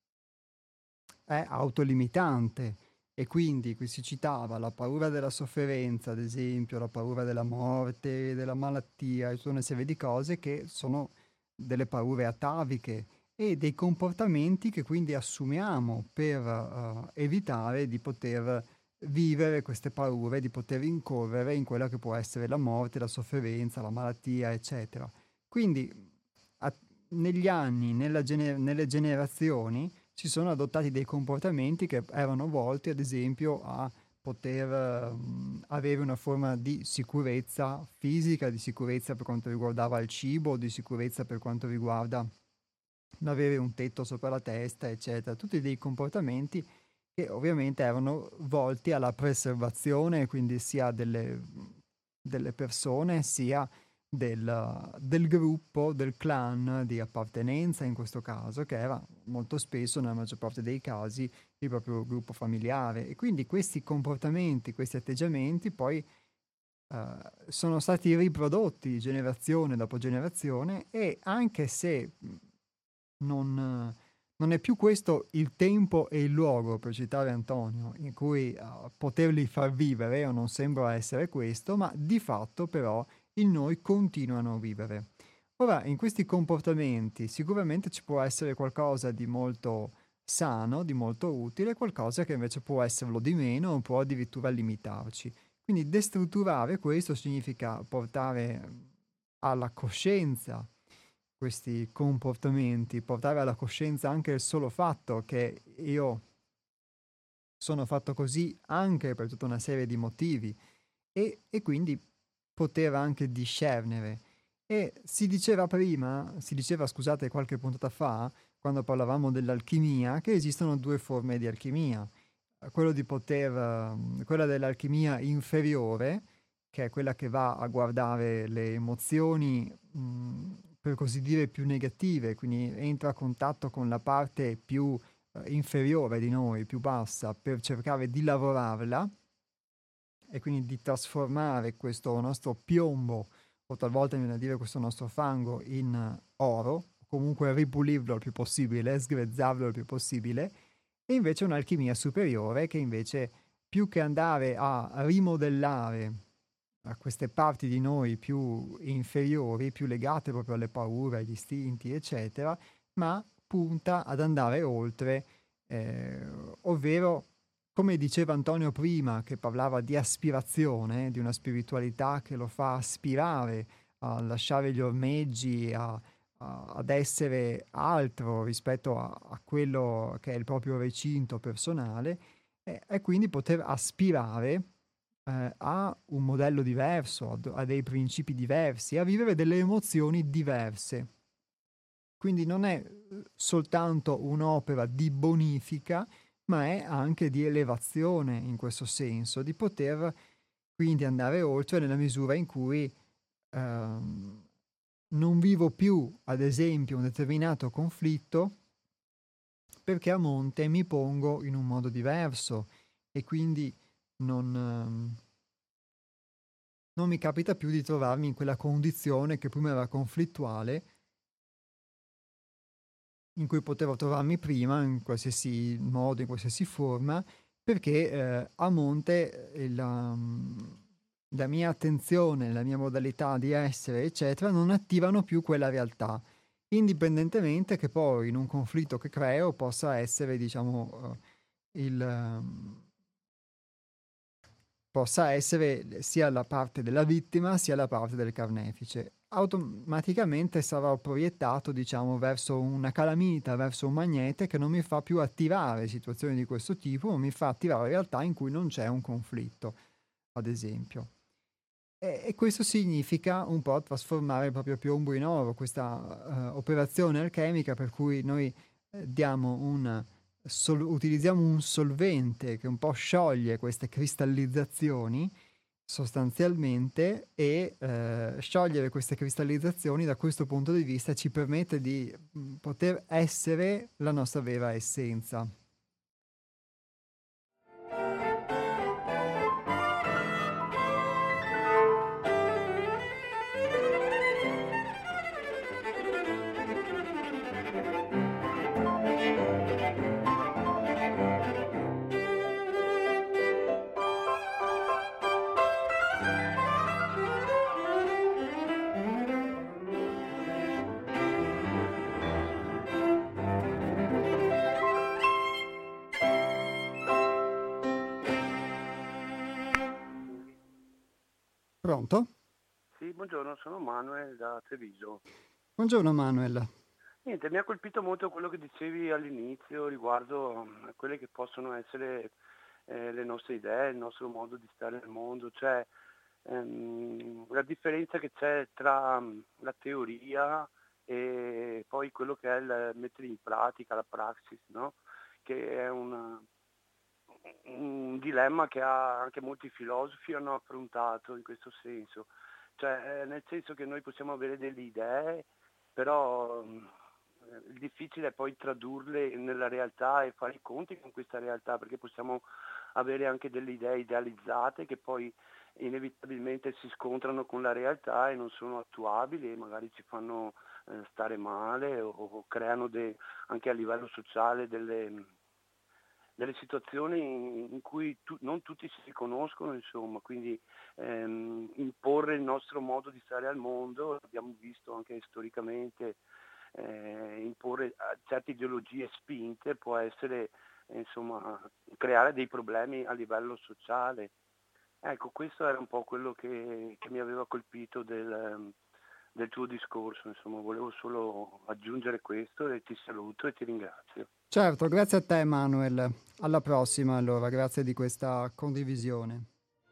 è autolimitante. E quindi qui si citava la paura della sofferenza, ad esempio, la paura della morte, della malattia, e tutta una serie di cose che sono delle paure ataviche e dei comportamenti che quindi assumiamo per eh, evitare di poter vivere queste paure, di poter incorrere in quella che può essere la morte, la sofferenza, la malattia, eccetera. Quindi a- negli anni, nella gene- nelle generazioni, si sono adottati dei comportamenti che erano volti, ad esempio, a poter ehm, avere una forma di sicurezza fisica, di sicurezza per quanto riguardava il cibo, di sicurezza per quanto riguarda l'avere un tetto sopra la testa, eccetera. Tutti dei comportamenti che ovviamente erano volti alla preservazione, quindi sia delle, delle persone, sia del, del gruppo, del clan di appartenenza in questo caso, che era molto spesso, nella maggior parte dei casi, il proprio gruppo familiare. E quindi questi comportamenti, questi atteggiamenti poi eh, sono stati riprodotti generazione dopo generazione e anche se mh, non, non è più questo il tempo e il luogo, per citare Antonio, in cui uh, poterli far vivere, o non sembra essere questo, ma di fatto però in noi continuano a vivere. Ora, in questi comportamenti sicuramente ci può essere qualcosa di molto sano, di molto utile, qualcosa che invece può esserlo di meno o può addirittura limitarci. Quindi destrutturare questo significa portare alla coscienza questi comportamenti, portare alla coscienza anche il solo fatto che io sono fatto così anche per tutta una serie di motivi e, e quindi poter anche discernere. E si diceva prima, si diceva, scusate, qualche puntata fa, quando parlavamo dell'alchimia, che esistono due forme di alchimia. Quello di poter, eh, quella dell'alchimia inferiore, che è quella che va a guardare le emozioni, mh, per così dire, più negative, quindi entra a contatto con la parte più eh, inferiore di noi, più bassa, per cercare di lavorarla e quindi di trasformare questo nostro piombo, o talvolta mi viene a dire questo nostro fango, in eh, oro, o comunque ripulirlo il più possibile, sgrezzarlo il più possibile, e invece un'alchimia superiore che invece più che andare a rimodellare a queste parti di noi più inferiori, più legate proprio alle paure, agli istinti, eccetera, ma punta ad andare oltre, eh, ovvero come diceva Antonio prima, che parlava di aspirazione, di una spiritualità che lo fa aspirare a lasciare gli ormeggi, a- a- ad essere altro rispetto a, a quello che è il proprio recinto personale, e, e quindi poter aspirare eh, a un modello diverso, a, a dei principi diversi, a vivere delle emozioni diverse. Quindi non è eh, soltanto un'opera di bonifica, ma è anche di elevazione in questo senso, di poter quindi andare oltre nella misura in cui ehm, non vivo più, ad esempio, un determinato conflitto perché a monte mi pongo in un modo diverso e quindi non, ehm, non mi capita più di trovarmi in quella condizione che prima era conflittuale, in cui potevo trovarmi prima, in qualsiasi modo, in qualsiasi forma, perché eh, a monte eh, la, mm, la mia attenzione, la mia modalità di essere, eccetera, non attivano più quella realtà, indipendentemente che poi in un conflitto che creo possa essere, diciamo, eh, il, ehm, possa essere sia la parte della vittima sia la parte del carnefice. Automaticamente sarò proiettato, diciamo, verso una calamita, verso un magnete che non mi fa più attivare situazioni di questo tipo, ma mi fa attivare realtà in cui non c'è un conflitto, ad esempio. E, e questo significa un po' trasformare il proprio piombo in oro, questa uh, operazione alchemica per cui noi eh, diamo un, sol- utilizziamo un solvente che un po' scioglie queste cristallizzazioni sostanzialmente e eh, sciogliere queste cristallizzazioni da questo punto di vista ci permette di mh, poter essere la nostra vera essenza. Pronto? Sì, buongiorno, sono Manuel da Treviso. Buongiorno Manuel. Niente, mi ha colpito molto quello che dicevi all'inizio riguardo mm, a quelle che possono essere eh, le nostre idee, il nostro modo di stare nel mondo, cioè ehm, la differenza che c'è tra mm, la teoria e poi quello che è il mettere in pratica, la praxis, no? Che è una- un dilemma che ha anche molti filosofi hanno affrontato in questo senso, cioè eh, nel senso che noi possiamo avere delle idee, però mh, eh, il difficile è poi tradurle nella realtà e fare i conti con questa realtà, perché possiamo avere anche delle idee idealizzate che poi inevitabilmente si scontrano con la realtà e non sono attuabili e magari ci fanno eh, stare male o, o creano de- anche a livello sociale delle, delle situazioni in, in cui tu- non tutti si riconoscono, insomma, quindi ehm, imporre il nostro modo di stare al mondo, abbiamo visto anche storicamente, eh, imporre eh, certe ideologie spinte può essere, eh, insomma, creare dei problemi a livello sociale. Ecco, questo era un po' quello che, che mi aveva colpito del, del tuo discorso, insomma, volevo solo aggiungere questo e ti saluto e ti ringrazio. Certo, grazie a te Manuel. Alla prossima allora, grazie di questa condivisione.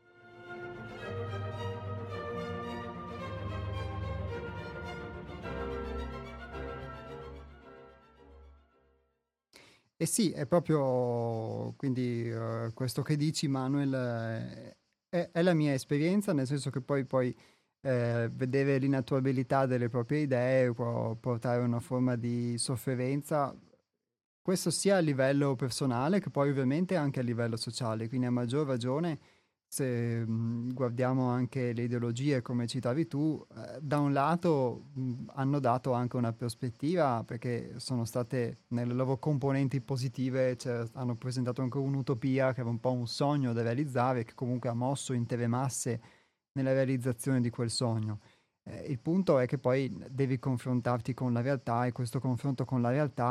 E sì, è proprio quindi eh, questo che dici, Manuel, eh, è, è la mia esperienza, nel senso che poi, poi eh, vedere l'inattuabilità delle proprie idee può portare a una forma di sofferenza, questo sia a livello personale che poi ovviamente anche a livello sociale, quindi a maggior ragione se mh, guardiamo anche le ideologie come citavi tu, eh, da un lato mh, hanno dato anche una prospettiva perché sono state nelle loro componenti positive, cioè, hanno presentato anche un'utopia che era un po' un sogno da realizzare che comunque ha mosso intere masse nella realizzazione di quel sogno. Eh, il punto è che poi devi confrontarti con la realtà e questo confronto con la realtà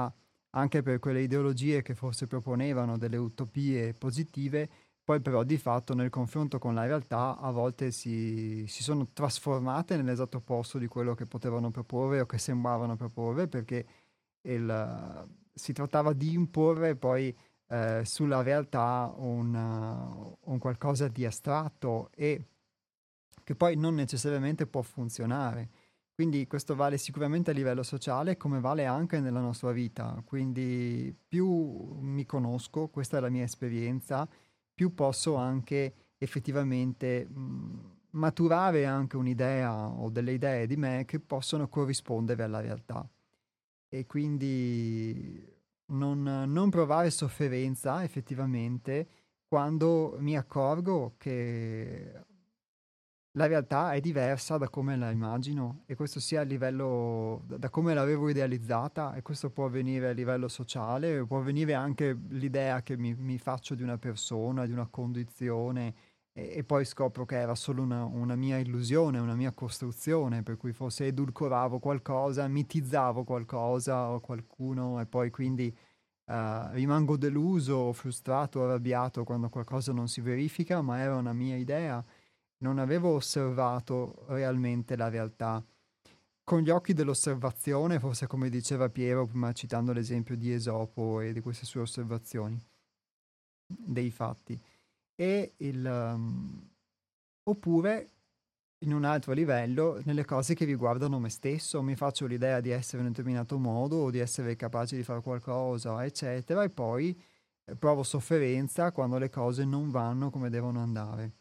anche per quelle ideologie che forse proponevano delle utopie positive, poi però di fatto nel confronto con la realtà a volte si, si sono trasformate nell'esatto opposto di quello che potevano proporre o che sembravano proporre, perché il, si trattava di imporre poi eh, sulla realtà un, uh, un qualcosa di astratto e che poi non necessariamente può funzionare. Quindi questo vale sicuramente a livello sociale come vale anche nella nostra vita. Quindi più mi conosco, questa è la mia esperienza, più posso anche effettivamente mh, maturare anche un'idea o delle idee di me che possono corrispondere alla realtà. E quindi non, non provare sofferenza effettivamente quando mi accorgo che la realtà è diversa da come la immagino e questo sia a livello da, da come l'avevo idealizzata e questo può avvenire a livello sociale, può avvenire anche l'idea che mi, mi faccio di una persona, di una condizione e, e poi scopro che era solo una, una mia illusione, una mia costruzione, per cui forse edulcoravo qualcosa, mitizzavo qualcosa o qualcuno e poi quindi eh, rimango deluso, frustrato, arrabbiato quando qualcosa non si verifica, ma era una mia idea. Non avevo osservato realmente la realtà. Con gli occhi dell'osservazione, forse come diceva Piero, prima citando l'esempio di Esopo e di queste sue osservazioni dei fatti. E il, um, oppure, in un altro livello, nelle cose che riguardano me stesso, mi faccio l'idea di essere in un determinato modo o di essere capace di fare qualcosa, eccetera, e poi eh, provo sofferenza quando le cose non vanno come devono andare.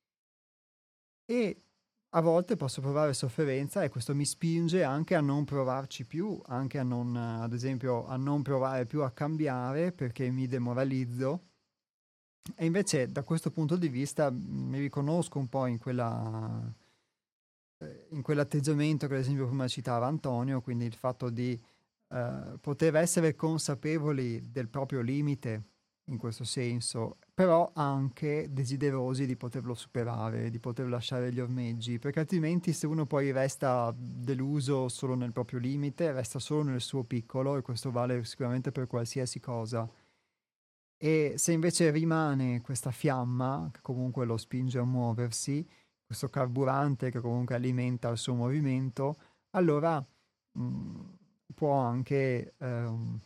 E a volte posso provare sofferenza e questo mi spinge anche a non provarci più, anche a non, ad esempio, a non provare più a cambiare perché mi demoralizzo. E invece da questo punto di vista mi riconosco un po' in quella, eh, in quell'atteggiamento che ad esempio prima citava Antonio, quindi il fatto di eh, poter essere consapevoli del proprio limite in questo senso, però anche desiderosi di poterlo superare, di poter lasciare gli ormeggi, perché altrimenti se uno poi resta deluso solo nel proprio limite, resta solo nel suo piccolo, e questo vale sicuramente per qualsiasi cosa. E se invece rimane questa fiamma, che comunque lo spinge a muoversi, questo carburante che comunque alimenta il suo movimento, allora mh, può anche, ehm,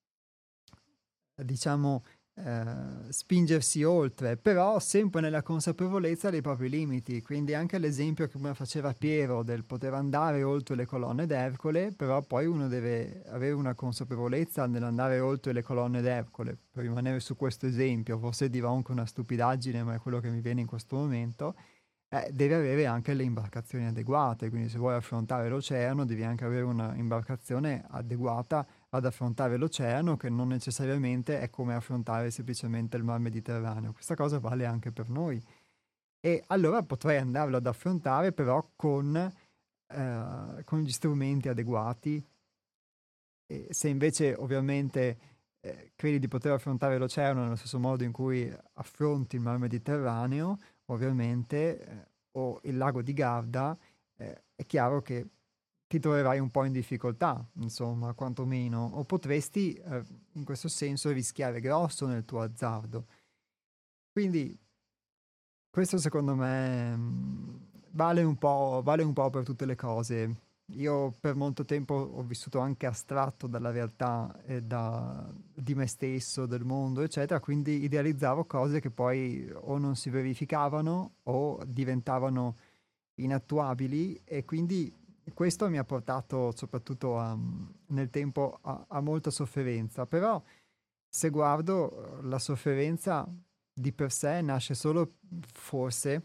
diciamo, eh, spingersi oltre, però sempre nella consapevolezza dei propri limiti. Quindi anche l'esempio che prima faceva Piero del poter andare oltre le colonne d'Ercole, però poi uno deve avere una consapevolezza nell'andare oltre le colonne d'Ercole. Per rimanere su questo esempio, forse dirò anche una stupidaggine, ma è quello che mi viene in questo momento. Eh, devi avere anche le imbarcazioni adeguate, quindi se vuoi affrontare l'oceano devi anche avere una imbarcazione adeguata ad affrontare l'oceano, che non necessariamente è come affrontare semplicemente il mar Mediterraneo. Questa cosa vale anche per noi. E allora potrei andarlo ad affrontare però con, eh, con gli strumenti adeguati. E se invece ovviamente eh, credi di poter affrontare l'oceano nello stesso modo in cui affronti il mar Mediterraneo, ovviamente, eh, o il lago di Garda, eh, è chiaro che ti troverai un po' in difficoltà, insomma, quantomeno, o potresti eh, in questo senso rischiare grosso nel tuo azzardo. Quindi questo secondo me mh, vale un po', vale un po' per tutte le cose. Io per molto tempo ho vissuto anche astratto dalla realtà e da, di me stesso, del mondo, eccetera, quindi idealizzavo cose che poi o non si verificavano o diventavano inattuabili e quindi questo mi ha portato soprattutto a, nel tempo a, a molta sofferenza. Però se guardo la sofferenza di per sé nasce solo forse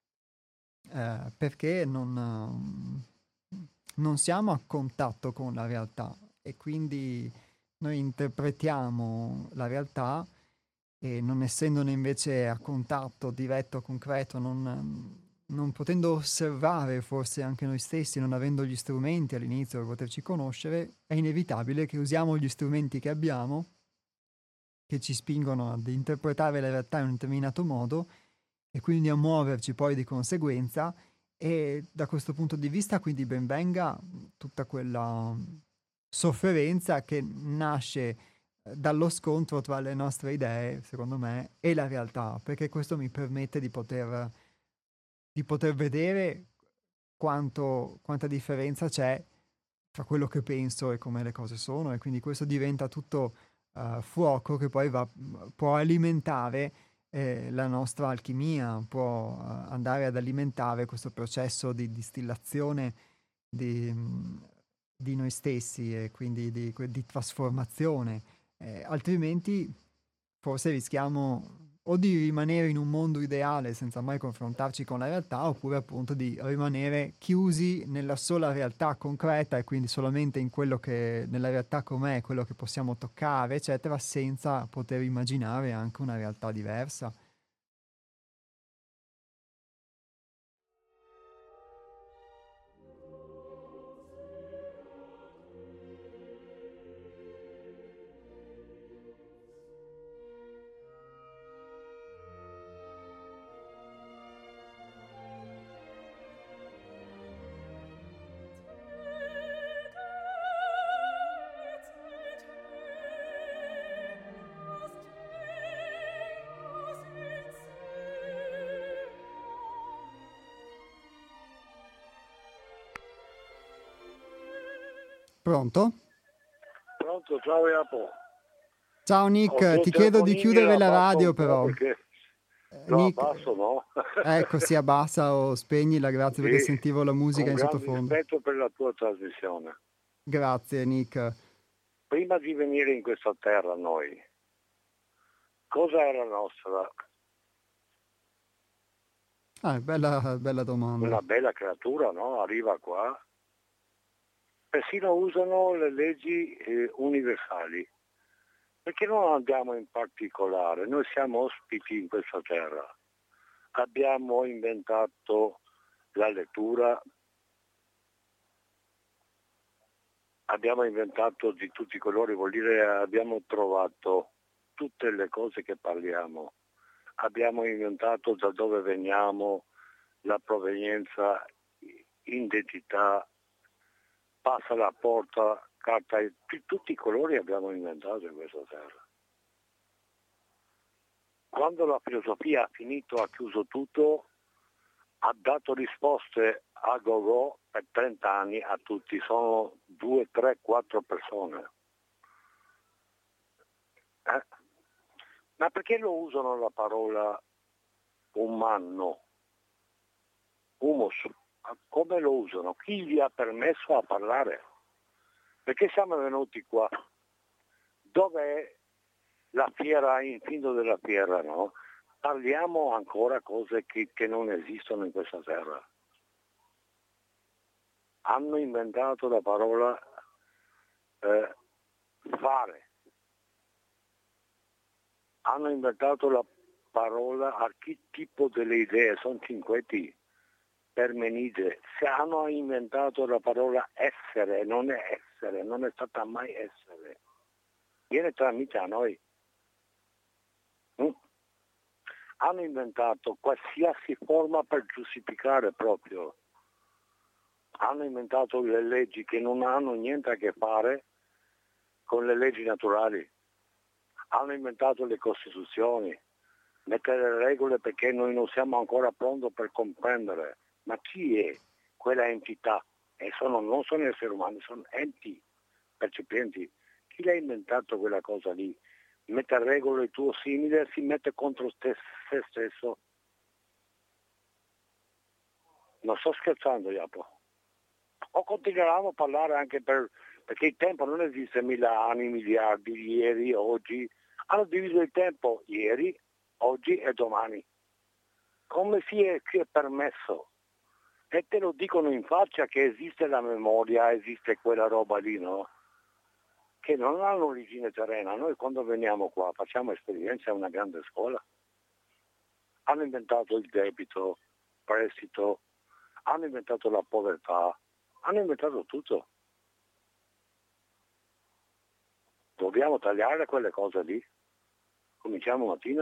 eh, perché non, non siamo a contatto con la realtà e quindi noi interpretiamo la realtà e non essendone invece a contatto diretto, concreto, non, non potendo osservare forse anche noi stessi, non avendo gli strumenti all'inizio per poterci conoscere, è inevitabile che usiamo gli strumenti che abbiamo, che ci spingono ad interpretare la realtà in un determinato modo e quindi a muoverci poi di conseguenza. E da questo punto di vista quindi ben venga tutta quella sofferenza che nasce dallo scontro tra le nostre idee, secondo me, e la realtà, perché questo mi permette di poter, di poter vedere quanto, quanta differenza c'è tra quello che penso e come le cose sono, e quindi questo diventa tutto uh, fuoco che poi va, può alimentare eh, la nostra alchimia, può uh, andare ad alimentare questo processo di distillazione di, di noi stessi e quindi di, di trasformazione. Eh, altrimenti forse rischiamo o di rimanere in un mondo ideale senza mai confrontarci con la realtà, oppure appunto di rimanere chiusi nella sola realtà concreta e quindi solamente in quello che nella realtà com'è, quello che possiamo toccare, eccetera, senza poter immaginare anche una realtà diversa. Pronto? Pronto, ciao Iapo. Ciao Nick, ti chiedo di chiudere la radio però. Perché lo Nick, abbasso, no? ecco, si abbassa o spegnila, grazie Sì, perché sentivo la musica con in grande sottofondo. rispetto per la tua trasmissione. Grazie Nick. Prima di venire in questa terra noi, cosa era nostra? Ah, bella, bella domanda. Una bella creatura, no? Arriva qua. Persino usano le leggi eh, universali. Perché non andiamo in particolare? Noi siamo ospiti in questa terra. Abbiamo inventato la lettura, abbiamo inventato di tutti i colori, vuol dire abbiamo trovato tutte le cose che parliamo, abbiamo inventato da dove veniamo, la provenienza, identità, passa la porta, carta, tutti i colori abbiamo inventato in questa terra. Quando la filosofia ha finito, ha chiuso tutto, ha dato risposte a go-go per trenta anni a tutti, sono due, tre, quattro persone. Eh? Ma perché lo usano la parola umano? Humus, come lo usano? Chi gli ha permesso a parlare? Perché siamo venuti qua? Dov'è la fiera, in fondo della fiera, no? Parliamo ancora cose che, che non esistono in questa terra. Hanno inventato la parola eh, fare. Hanno inventato la parola archetipo delle idee, sono cinquetti, Parmenide. Se hanno inventato la parola essere, non è essere, non è stata mai essere. Viene tramite a noi. Mm? Hanno inventato qualsiasi forma per giustificare proprio. Hanno inventato le leggi che non hanno niente a che fare con le leggi naturali. Hanno inventato le costituzioni, mettere regole perché noi non siamo ancora pronti per comprendere. Ma chi è quella entità? E sono, non sono esseri umani, sono enti percepienti. Chi l'ha inventato quella cosa lì? Mette regole il tuo simile, si mette contro te, se stesso. Non sto scherzando, Iapo. O continuiamo a parlare anche per... perché il tempo non esiste mille anni, miliardi, ieri, oggi. Hanno diviso il tempo ieri, oggi e domani. Come si è, si è permesso? E te lo dicono in faccia che esiste la memoria, esiste quella roba lì, no? Che non hanno origine terrena. Noi quando veniamo qua facciamo esperienza, è una grande scuola. Hanno inventato il debito, prestito, hanno inventato la povertà, hanno inventato tutto. Dobbiamo tagliare quelle cose lì. Cominciamo mattina.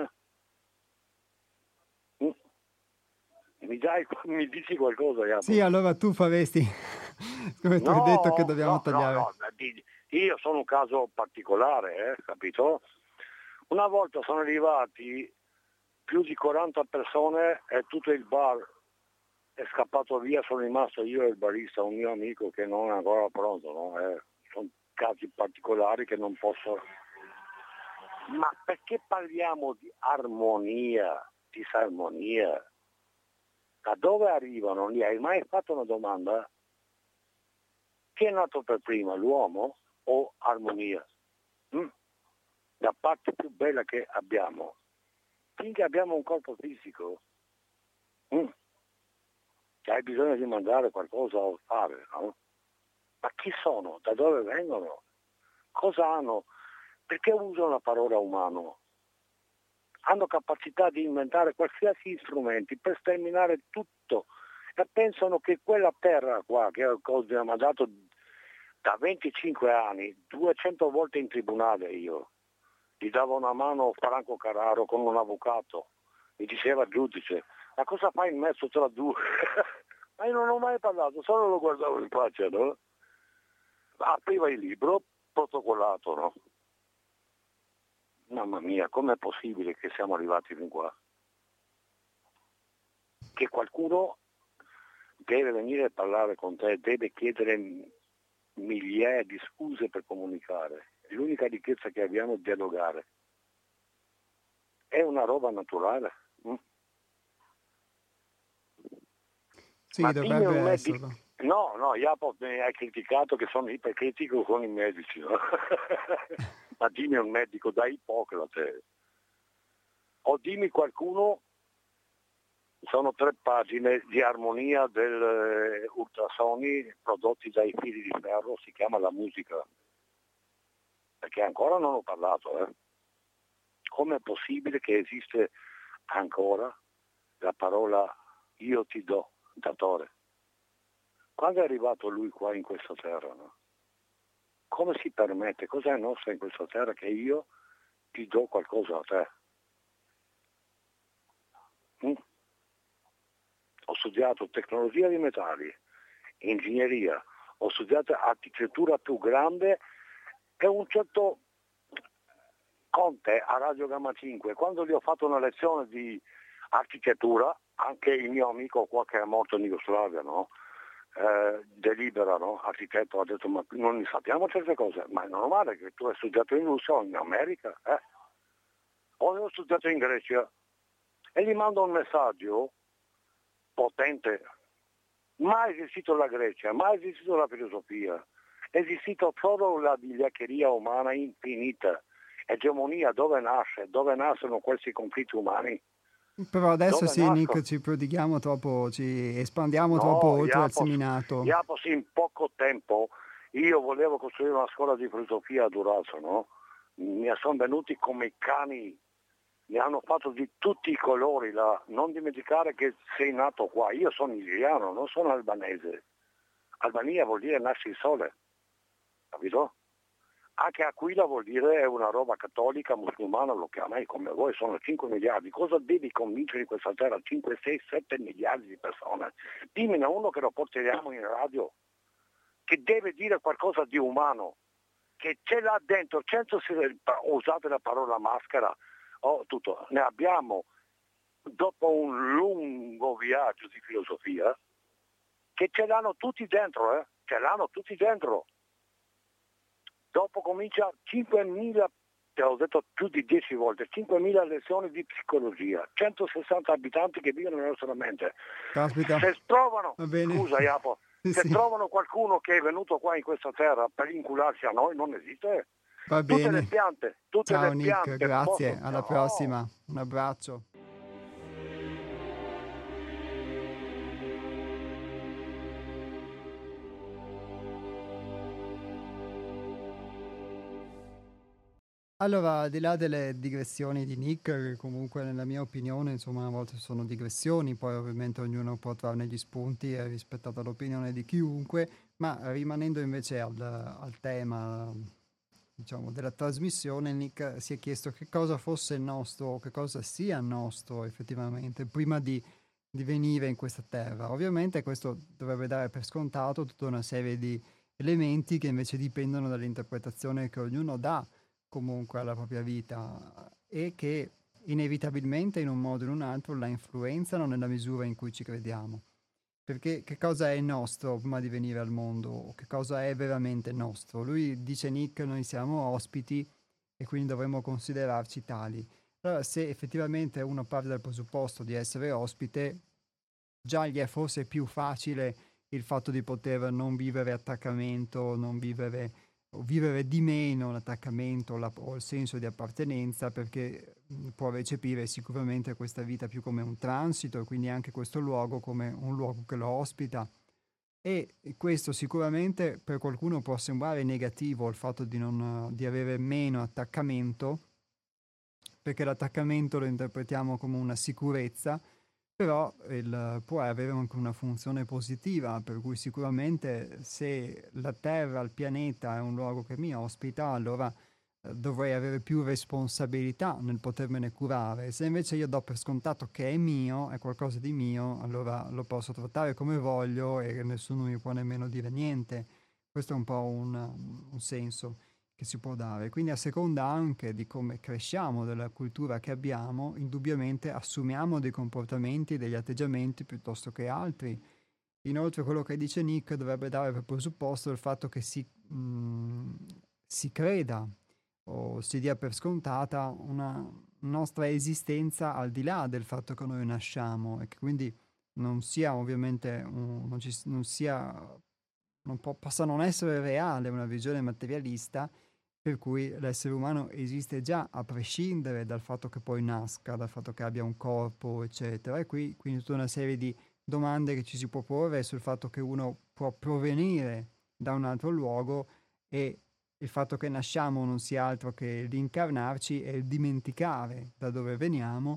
Mm. Mi, dai, mi dici qualcosa, Iapo? Sì, allora tu faresti, come tu hai detto che No, dobbiamo no, no, tagliare. no, ti, Io sono un caso particolare, eh, capito? Una volta sono arrivati più di quaranta persone e tutto il bar è scappato via, sono rimasto io e il barista, un mio amico che non è ancora pronto, no? Eh, sono casi particolari che non posso... Ma perché parliamo di armonia, disarmonia? Da dove arrivano? Gli hai mai fatto una domanda? Chi è nato per prima, l'uomo o armonia? Mm? La parte più bella che abbiamo, finché abbiamo un corpo fisico, mm? hai bisogno di mandare qualcosa a fare, no? Ma chi sono? Da dove vengono? Cosa hanno? Perché usano la parola umano? Hanno capacità di inventare qualsiasi strumenti per sterminare tutto e pensano che quella terra qua che mi ha mandato da venticinque anni, duecento volte in tribunale io, gli davo una mano Franco Carraro con un avvocato, mi diceva il giudice, ma cosa fai in mezzo tra due? Ma io non ho mai parlato, solo lo guardavo in faccia, no? Apriva il libro, protocollato, no? Mamma mia, com'è possibile che siamo arrivati fin qua? Che qualcuno deve venire a parlare con te, deve chiedere migliaia di scuse per comunicare. È l'unica ricchezza che abbiamo è dialogare. È una roba naturale. Mm? Sì, Ma dovrebbe un esserlo. medico... No, no, Jacopo mi hai criticato che sono ipercritico con i medici, no? Ma dimmi un medico da Ippocrate. O dimmi qualcuno, sono tre pagine di armonia del eh, ultrasoni prodotti dai fili di ferro, si chiama la musica. Perché ancora non ho parlato, eh. Com'è possibile che esiste ancora la parola io ti do, datore? Quando è arrivato lui qua in questa terra, no? Come si permette, cosa è nostra in questa terra che io ti do qualcosa a te? Mm? Ho studiato tecnologia di metalli, ingegneria, ho studiato architettura più grande e un certo Conte a Radio Gamma cinque, quando gli ho fatto una lezione di architettura, anche il mio amico qua che è morto in Jugoslavia, no? Eh, delibera, no? Architetto, ha detto ma non ne sappiamo certe cose, ma è normale che tu hai studiato in Russia o in America, eh? O ho studiato in Grecia e gli mando un messaggio potente. Mai esistito la Grecia, mai esistito la filosofia, è esistito solo la vigliaccheria umana infinita. Egemonia, dove nasce? Dove nascono questi conflitti umani? Però adesso Dove sì, nascono? Nick, ci prodighiamo troppo, ci espandiamo No, troppo oltre il Iapos, seminato. Iapos in poco tempo, io volevo costruire una scuola di filosofia a Durazzo, no? Mi sono venuti come i cani, mi hanno fatto di tutti i colori là. Non dimenticare che sei nato qua, io sono italiano, non sono albanese. Albania vuol dire nasce il sole, capito? Anche Aquila vuol dire è una roba cattolica, musulmana, lo chiamai come voi, sono cinque miliardi. Cosa devi convincere in questa terra? cinque, sei, sette miliardi di persone. Dimmene uno che lo portiamo in radio, che deve dire qualcosa di umano, che ce l'ha dentro, cento se usate la parola maschera, oh, tutto. Ne abbiamo, dopo un lungo viaggio di filosofia, che ce l'hanno tutti dentro, eh? Ce l'hanno tutti dentro. Dopo comincia cinquemila, te l'ho detto più di dieci volte, cinquemila lezioni di psicologia, centosessanta abitanti che vivono nella nostra mente. Caspita. Se trovano, Va bene. scusa Iapo, Sì, se sì. trovano qualcuno che è venuto qua in questa terra per incularsi a noi, non esiste. Va Tutte bene. le piante, tutte Ciao le Nick, piante. grazie, possono- alla no. prossima. Un abbraccio. Allora, al di là delle digressioni di Nick, che comunque nella mia opinione, insomma, a volte sono digressioni, poi ovviamente ognuno può trarne gli spunti, è rispettata l'opinione di chiunque, ma rimanendo invece al, al tema, diciamo, della trasmissione, Nick si è chiesto che cosa fosse il nostro, che cosa sia nostro effettivamente, prima di, di venire in questa terra. Ovviamente questo dovrebbe dare per scontato tutta una serie di elementi che invece dipendono dall'interpretazione che ognuno dà comunque alla propria vita e che inevitabilmente in un modo o in un altro la influenzano nella misura in cui ci crediamo. Perché che cosa è nostro prima di venire al mondo? O che cosa è veramente nostro? Lui dice, Nick, noi siamo ospiti e quindi dovremmo considerarci tali. Allora, se effettivamente uno parte dal presupposto di essere ospite, già gli è forse più facile il fatto di poter non vivere attaccamento, non vivere, o vivere di meno l'attaccamento la- o il senso di appartenenza, perché mh, può recepire sicuramente questa vita più come un transito e quindi anche questo luogo come un luogo che lo ospita. E questo sicuramente per qualcuno può sembrare negativo, il fatto di, non, di avere meno attaccamento, perché l'attaccamento lo interpretiamo come una sicurezza, però il, può avere anche una funzione positiva, per cui sicuramente se la Terra, il pianeta è un luogo che mi ospita, allora eh, dovrei avere più responsabilità nel potermene curare. Se invece io do per scontato che è mio, è qualcosa di mio, allora lo posso trattare come voglio e nessuno mi può nemmeno dire niente. Questo è un po' un, un senso che si può dare. Quindi a seconda anche di come cresciamo, della cultura che abbiamo, indubbiamente assumiamo dei comportamenti, degli atteggiamenti piuttosto che altri. Inoltre quello che dice Nick dovrebbe dare per presupposto il fatto che si, mh, si creda o si dia per scontata una nostra esistenza al di là del fatto che noi nasciamo e che quindi non sia ovviamente un- non, ci, non sia non può, possa non essere reale una visione materialista per cui l'essere umano esiste già a prescindere dal fatto che poi nasca, dal fatto che abbia un corpo, eccetera. E qui quindi tutta una serie di domande che ci si può porre sul fatto che uno può provenire da un altro luogo e il fatto che nasciamo non sia altro che l'incarnarci e il dimenticare da dove veniamo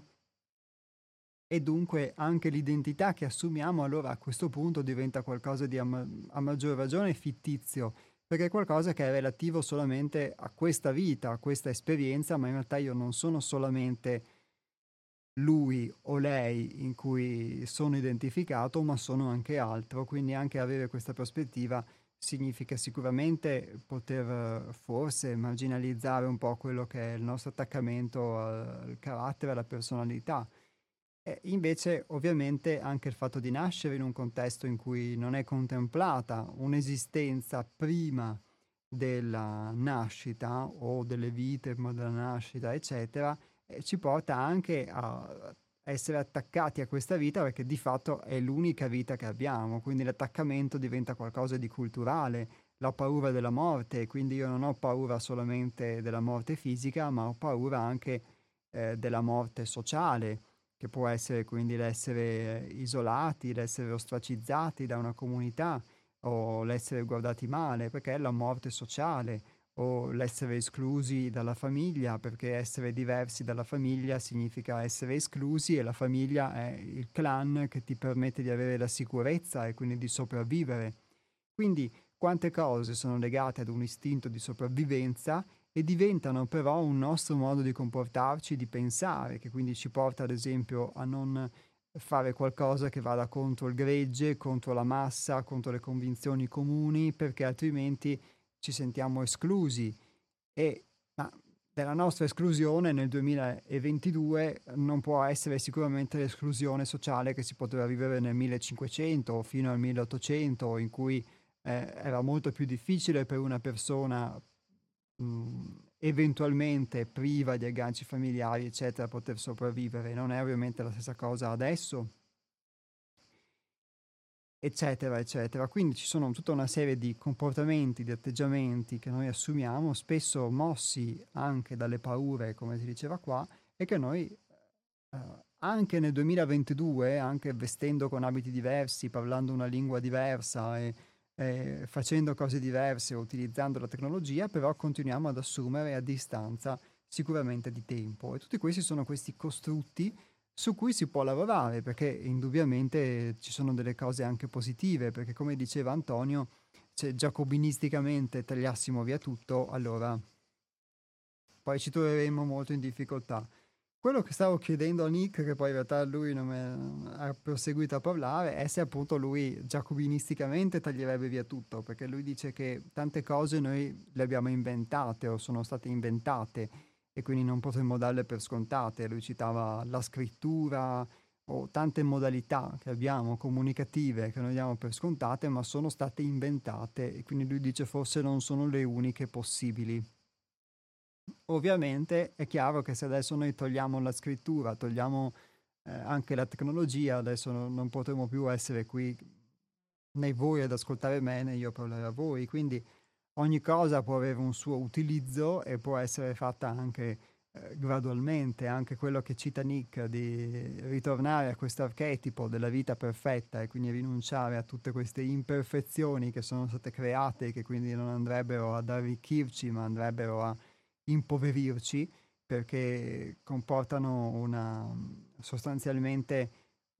e dunque anche l'identità che assumiamo allora a questo punto diventa qualcosa di a, ma- a maggior ragione fittizio, perché è qualcosa che è relativo solamente a questa vita, a questa esperienza, ma in realtà io non sono solamente lui o lei in cui sono identificato, ma sono anche altro, quindi anche avere questa prospettiva significa sicuramente poter eh, forse marginalizzare un po' quello che è il nostro attaccamento al al carattere, alla personalità. E invece, ovviamente, anche il fatto di nascere in un contesto in cui non è contemplata un'esistenza prima della nascita o delle vite prima della nascita, eccetera, eh, ci porta anche a essere attaccati a questa vita perché di fatto è l'unica vita che abbiamo, quindi l'attaccamento diventa qualcosa di culturale, la paura della morte, quindi io non ho paura solamente della morte fisica, ma ho paura anche eh, della morte sociale che può essere quindi l'essere isolati, l'essere ostracizzati da una comunità o l'essere guardati male, perché è la morte sociale, o l'essere esclusi dalla famiglia, perché essere diversi dalla famiglia significa essere esclusi e la famiglia è il clan che ti permette di avere la sicurezza e quindi di sopravvivere. Quindi quante cose sono legate ad un istinto di sopravvivenza e diventano però un nostro modo di comportarci, di pensare, che quindi ci porta ad esempio a non fare qualcosa che vada contro il gregge, contro la massa, contro le convinzioni comuni, perché altrimenti ci sentiamo esclusi. E ma della nostra esclusione nel duemilaventidue non può essere sicuramente l'esclusione sociale che si poteva vivere nel millecinquecento o fino al milleottocento, in cui eh, era molto più difficile per una persona mh, eventualmente priva di agganci familiari, eccetera, poter sopravvivere. Non è ovviamente la stessa cosa adesso, eccetera, eccetera. Quindi ci sono tutta una serie di comportamenti, di atteggiamenti che noi assumiamo, spesso mossi anche dalle paure, come si diceva qua, e che noi eh, anche nel duemilaventidue, anche vestendo con abiti diversi, parlando una lingua diversa e eh, facendo cose diverse, utilizzando la tecnologia, però continuiamo ad assumere a distanza sicuramente di tempo. E tutti questi sono questi costrutti su cui si può lavorare, perché indubbiamente ci sono delle cose anche positive, perché come diceva Antonio, se giacobinisticamente tagliassimo via tutto, allora poi ci troveremmo molto in difficoltà. Quello che stavo chiedendo a Nick, che poi in realtà lui non me- ha proseguito a parlare, è se appunto lui giacobinisticamente taglierebbe via tutto, perché lui dice che tante cose noi le abbiamo inventate o sono state inventate e quindi non potremmo darle per scontate. Lui citava la scrittura o tante modalità che abbiamo comunicative che noi diamo per scontate, ma sono state inventate e quindi lui dice forse non sono le uniche possibili. Ovviamente è chiaro che se adesso noi togliamo la scrittura, togliamo eh, anche la tecnologia, adesso non, non potremo più essere qui né voi ad ascoltare me né io a parlare a voi, quindi ogni cosa può avere un suo utilizzo e può essere fatta anche eh, gradualmente, anche quello che cita Nick di ritornare a questo archetipo della vita perfetta e quindi rinunciare a tutte queste imperfezioni che sono state create e che quindi non andrebbero ad arricchirci ma andrebbero a impoverirci perché comportano una sostanzialmente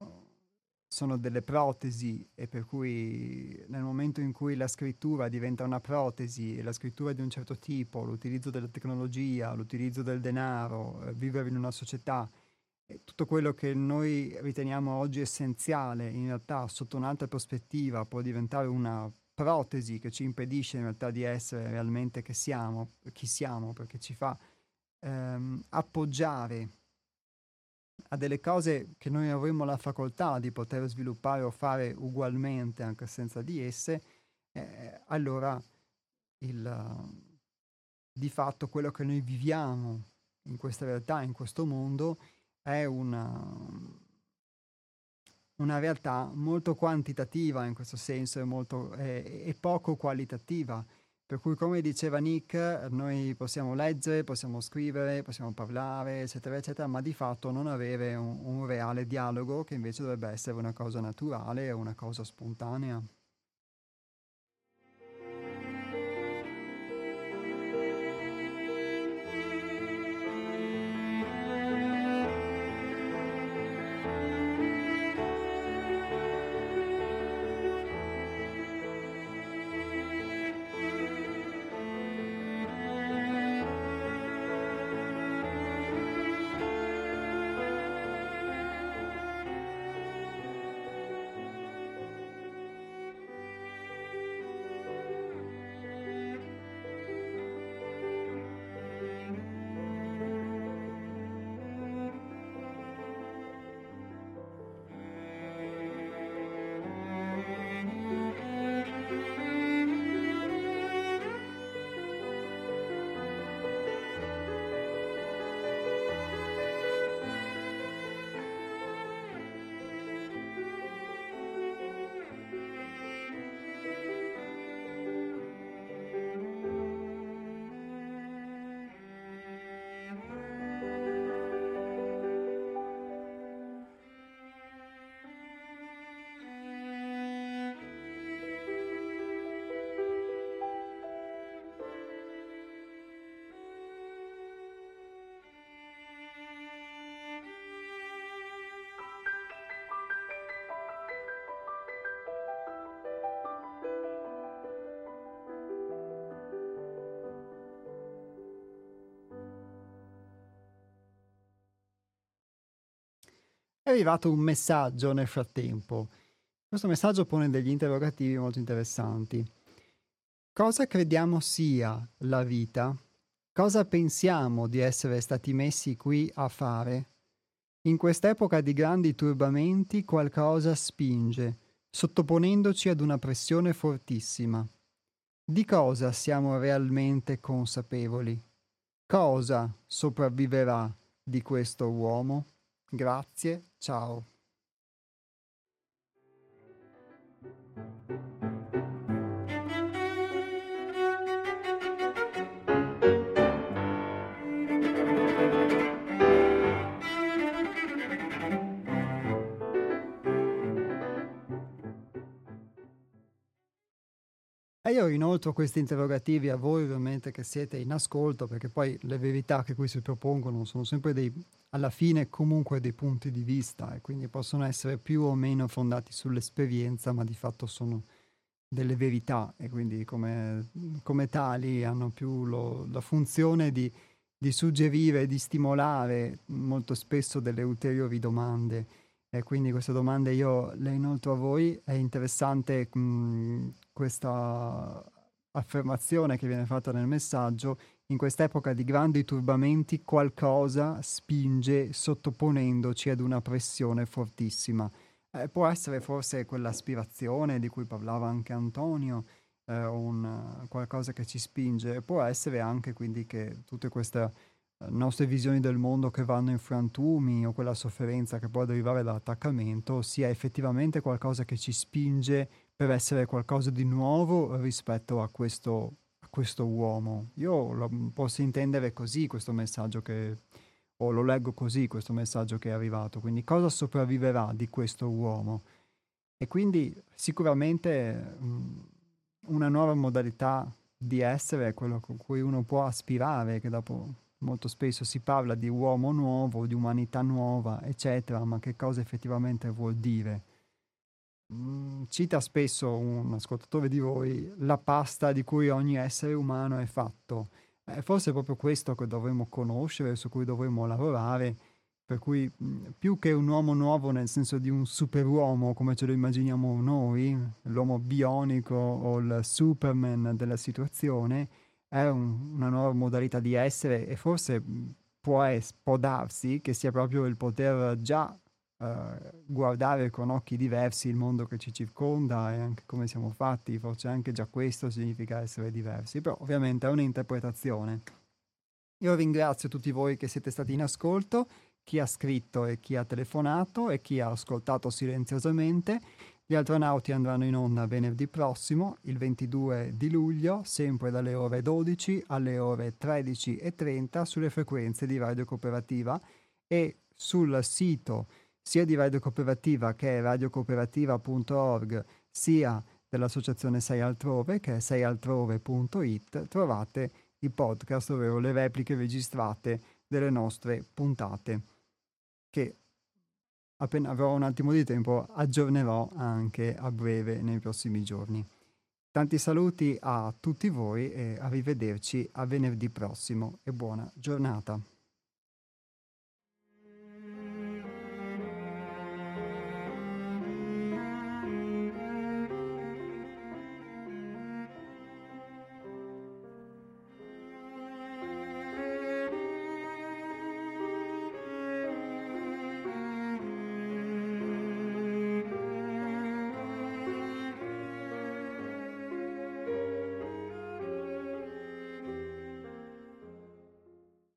sono delle protesi e per cui nel momento in cui la scrittura diventa una protesi e la scrittura di un certo tipo, l'utilizzo della tecnologia, l'utilizzo del denaro, eh, vivere in una società, eh, tutto quello che noi riteniamo oggi essenziale, in realtà sotto un'altra prospettiva può diventare una protesi che ci impedisce in realtà di essere realmente che siamo, chi siamo, perché ci fa ehm, appoggiare a delle cose che noi avremmo la facoltà di poter sviluppare o fare ugualmente anche senza di esse, eh, allora il, di fatto quello che noi viviamo in questa realtà, in questo mondo, è una, una realtà molto quantitativa in questo senso e, molto, eh, e poco qualitativa. Per cui, come diceva Nick, noi possiamo leggere, possiamo scrivere, possiamo parlare, eccetera, eccetera, ma di fatto non avere un, un reale dialogo che invece dovrebbe essere una cosa naturale, una cosa spontanea. È arrivato un messaggio nel frattempo. Questo messaggio pone degli interrogativi molto interessanti. Cosa crediamo sia la vita? Cosa pensiamo di essere stati messi qui a fare? In quest'epoca di grandi turbamenti qualcosa spinge, sottoponendoci ad una pressione fortissima. Di cosa siamo realmente consapevoli? Cosa sopravviverà di questo uomo? Grazie, ciao. E io inoltro questi interrogativi a voi ovviamente che siete in ascolto, perché poi le verità che qui si propongono sono sempre dei, alla fine comunque dei punti di vista e quindi possono essere più o meno fondati sull'esperienza, ma di fatto sono delle verità e quindi come, come tali hanno più lo, la funzione di di suggerire, di stimolare molto spesso delle ulteriori domande. E quindi queste domande io le inoltro a voi. È interessante mh, questa affermazione che viene fatta nel messaggio. In quest'epoca di grandi turbamenti qualcosa spinge sottoponendoci ad una pressione fortissima. Eh, può essere forse quell'aspirazione di cui parlava anche Antonio, eh, un, qualcosa che ci spinge. Può essere anche quindi che tutte queste eh, nostre visioni del mondo che vanno in frantumi o quella sofferenza che può derivare dall'attaccamento sia effettivamente qualcosa che ci spinge per essere qualcosa di nuovo rispetto a questo, a questo uomo. Io lo posso intendere così questo messaggio che, o lo leggo così questo messaggio che è arrivato. Quindi cosa sopravviverà di questo uomo? E quindi sicuramente mh, una nuova modalità di essere è quello con cui uno può aspirare, che dopo molto spesso si parla di uomo nuovo, di umanità nuova, eccetera, ma che cosa effettivamente vuol dire? Mm, cita spesso un ascoltatore di voi la pasta di cui ogni essere umano è fatto. Eh, forse è proprio questo che dovremmo conoscere, su cui dovremmo lavorare, per cui mh, più che un uomo nuovo nel senso di un superuomo come ce lo immaginiamo noi, l'uomo bionico o il Superman della situazione, è un- una nuova modalità di essere e forse mh, può, es- può darsi che sia proprio il poter già eh, guardare con occhi diversi il mondo che ci circonda e anche come siamo fatti, forse anche già questo significa essere diversi, però ovviamente è un'interpretazione. Io ringrazio tutti voi che siete stati in ascolto, chi ha scritto e chi ha telefonato e chi ha ascoltato silenziosamente. Gli Altronauti andranno in onda venerdì prossimo, il ventidue di luglio, sempre dalle ore dodici alle ore tredici e trenta sulle frequenze di Radio Cooperativa e sul sito sia di Radio Cooperativa che è radiocooperativa punto org, sia dell'associazione sei altrove che è sei altrove punto it, trovate i podcast, ovvero le repliche registrate delle nostre puntate, che appena avrò un attimo di tempo aggiornerò anche a breve nei prossimi giorni. Tanti saluti a tutti voi e arrivederci a venerdì prossimo e buona giornata.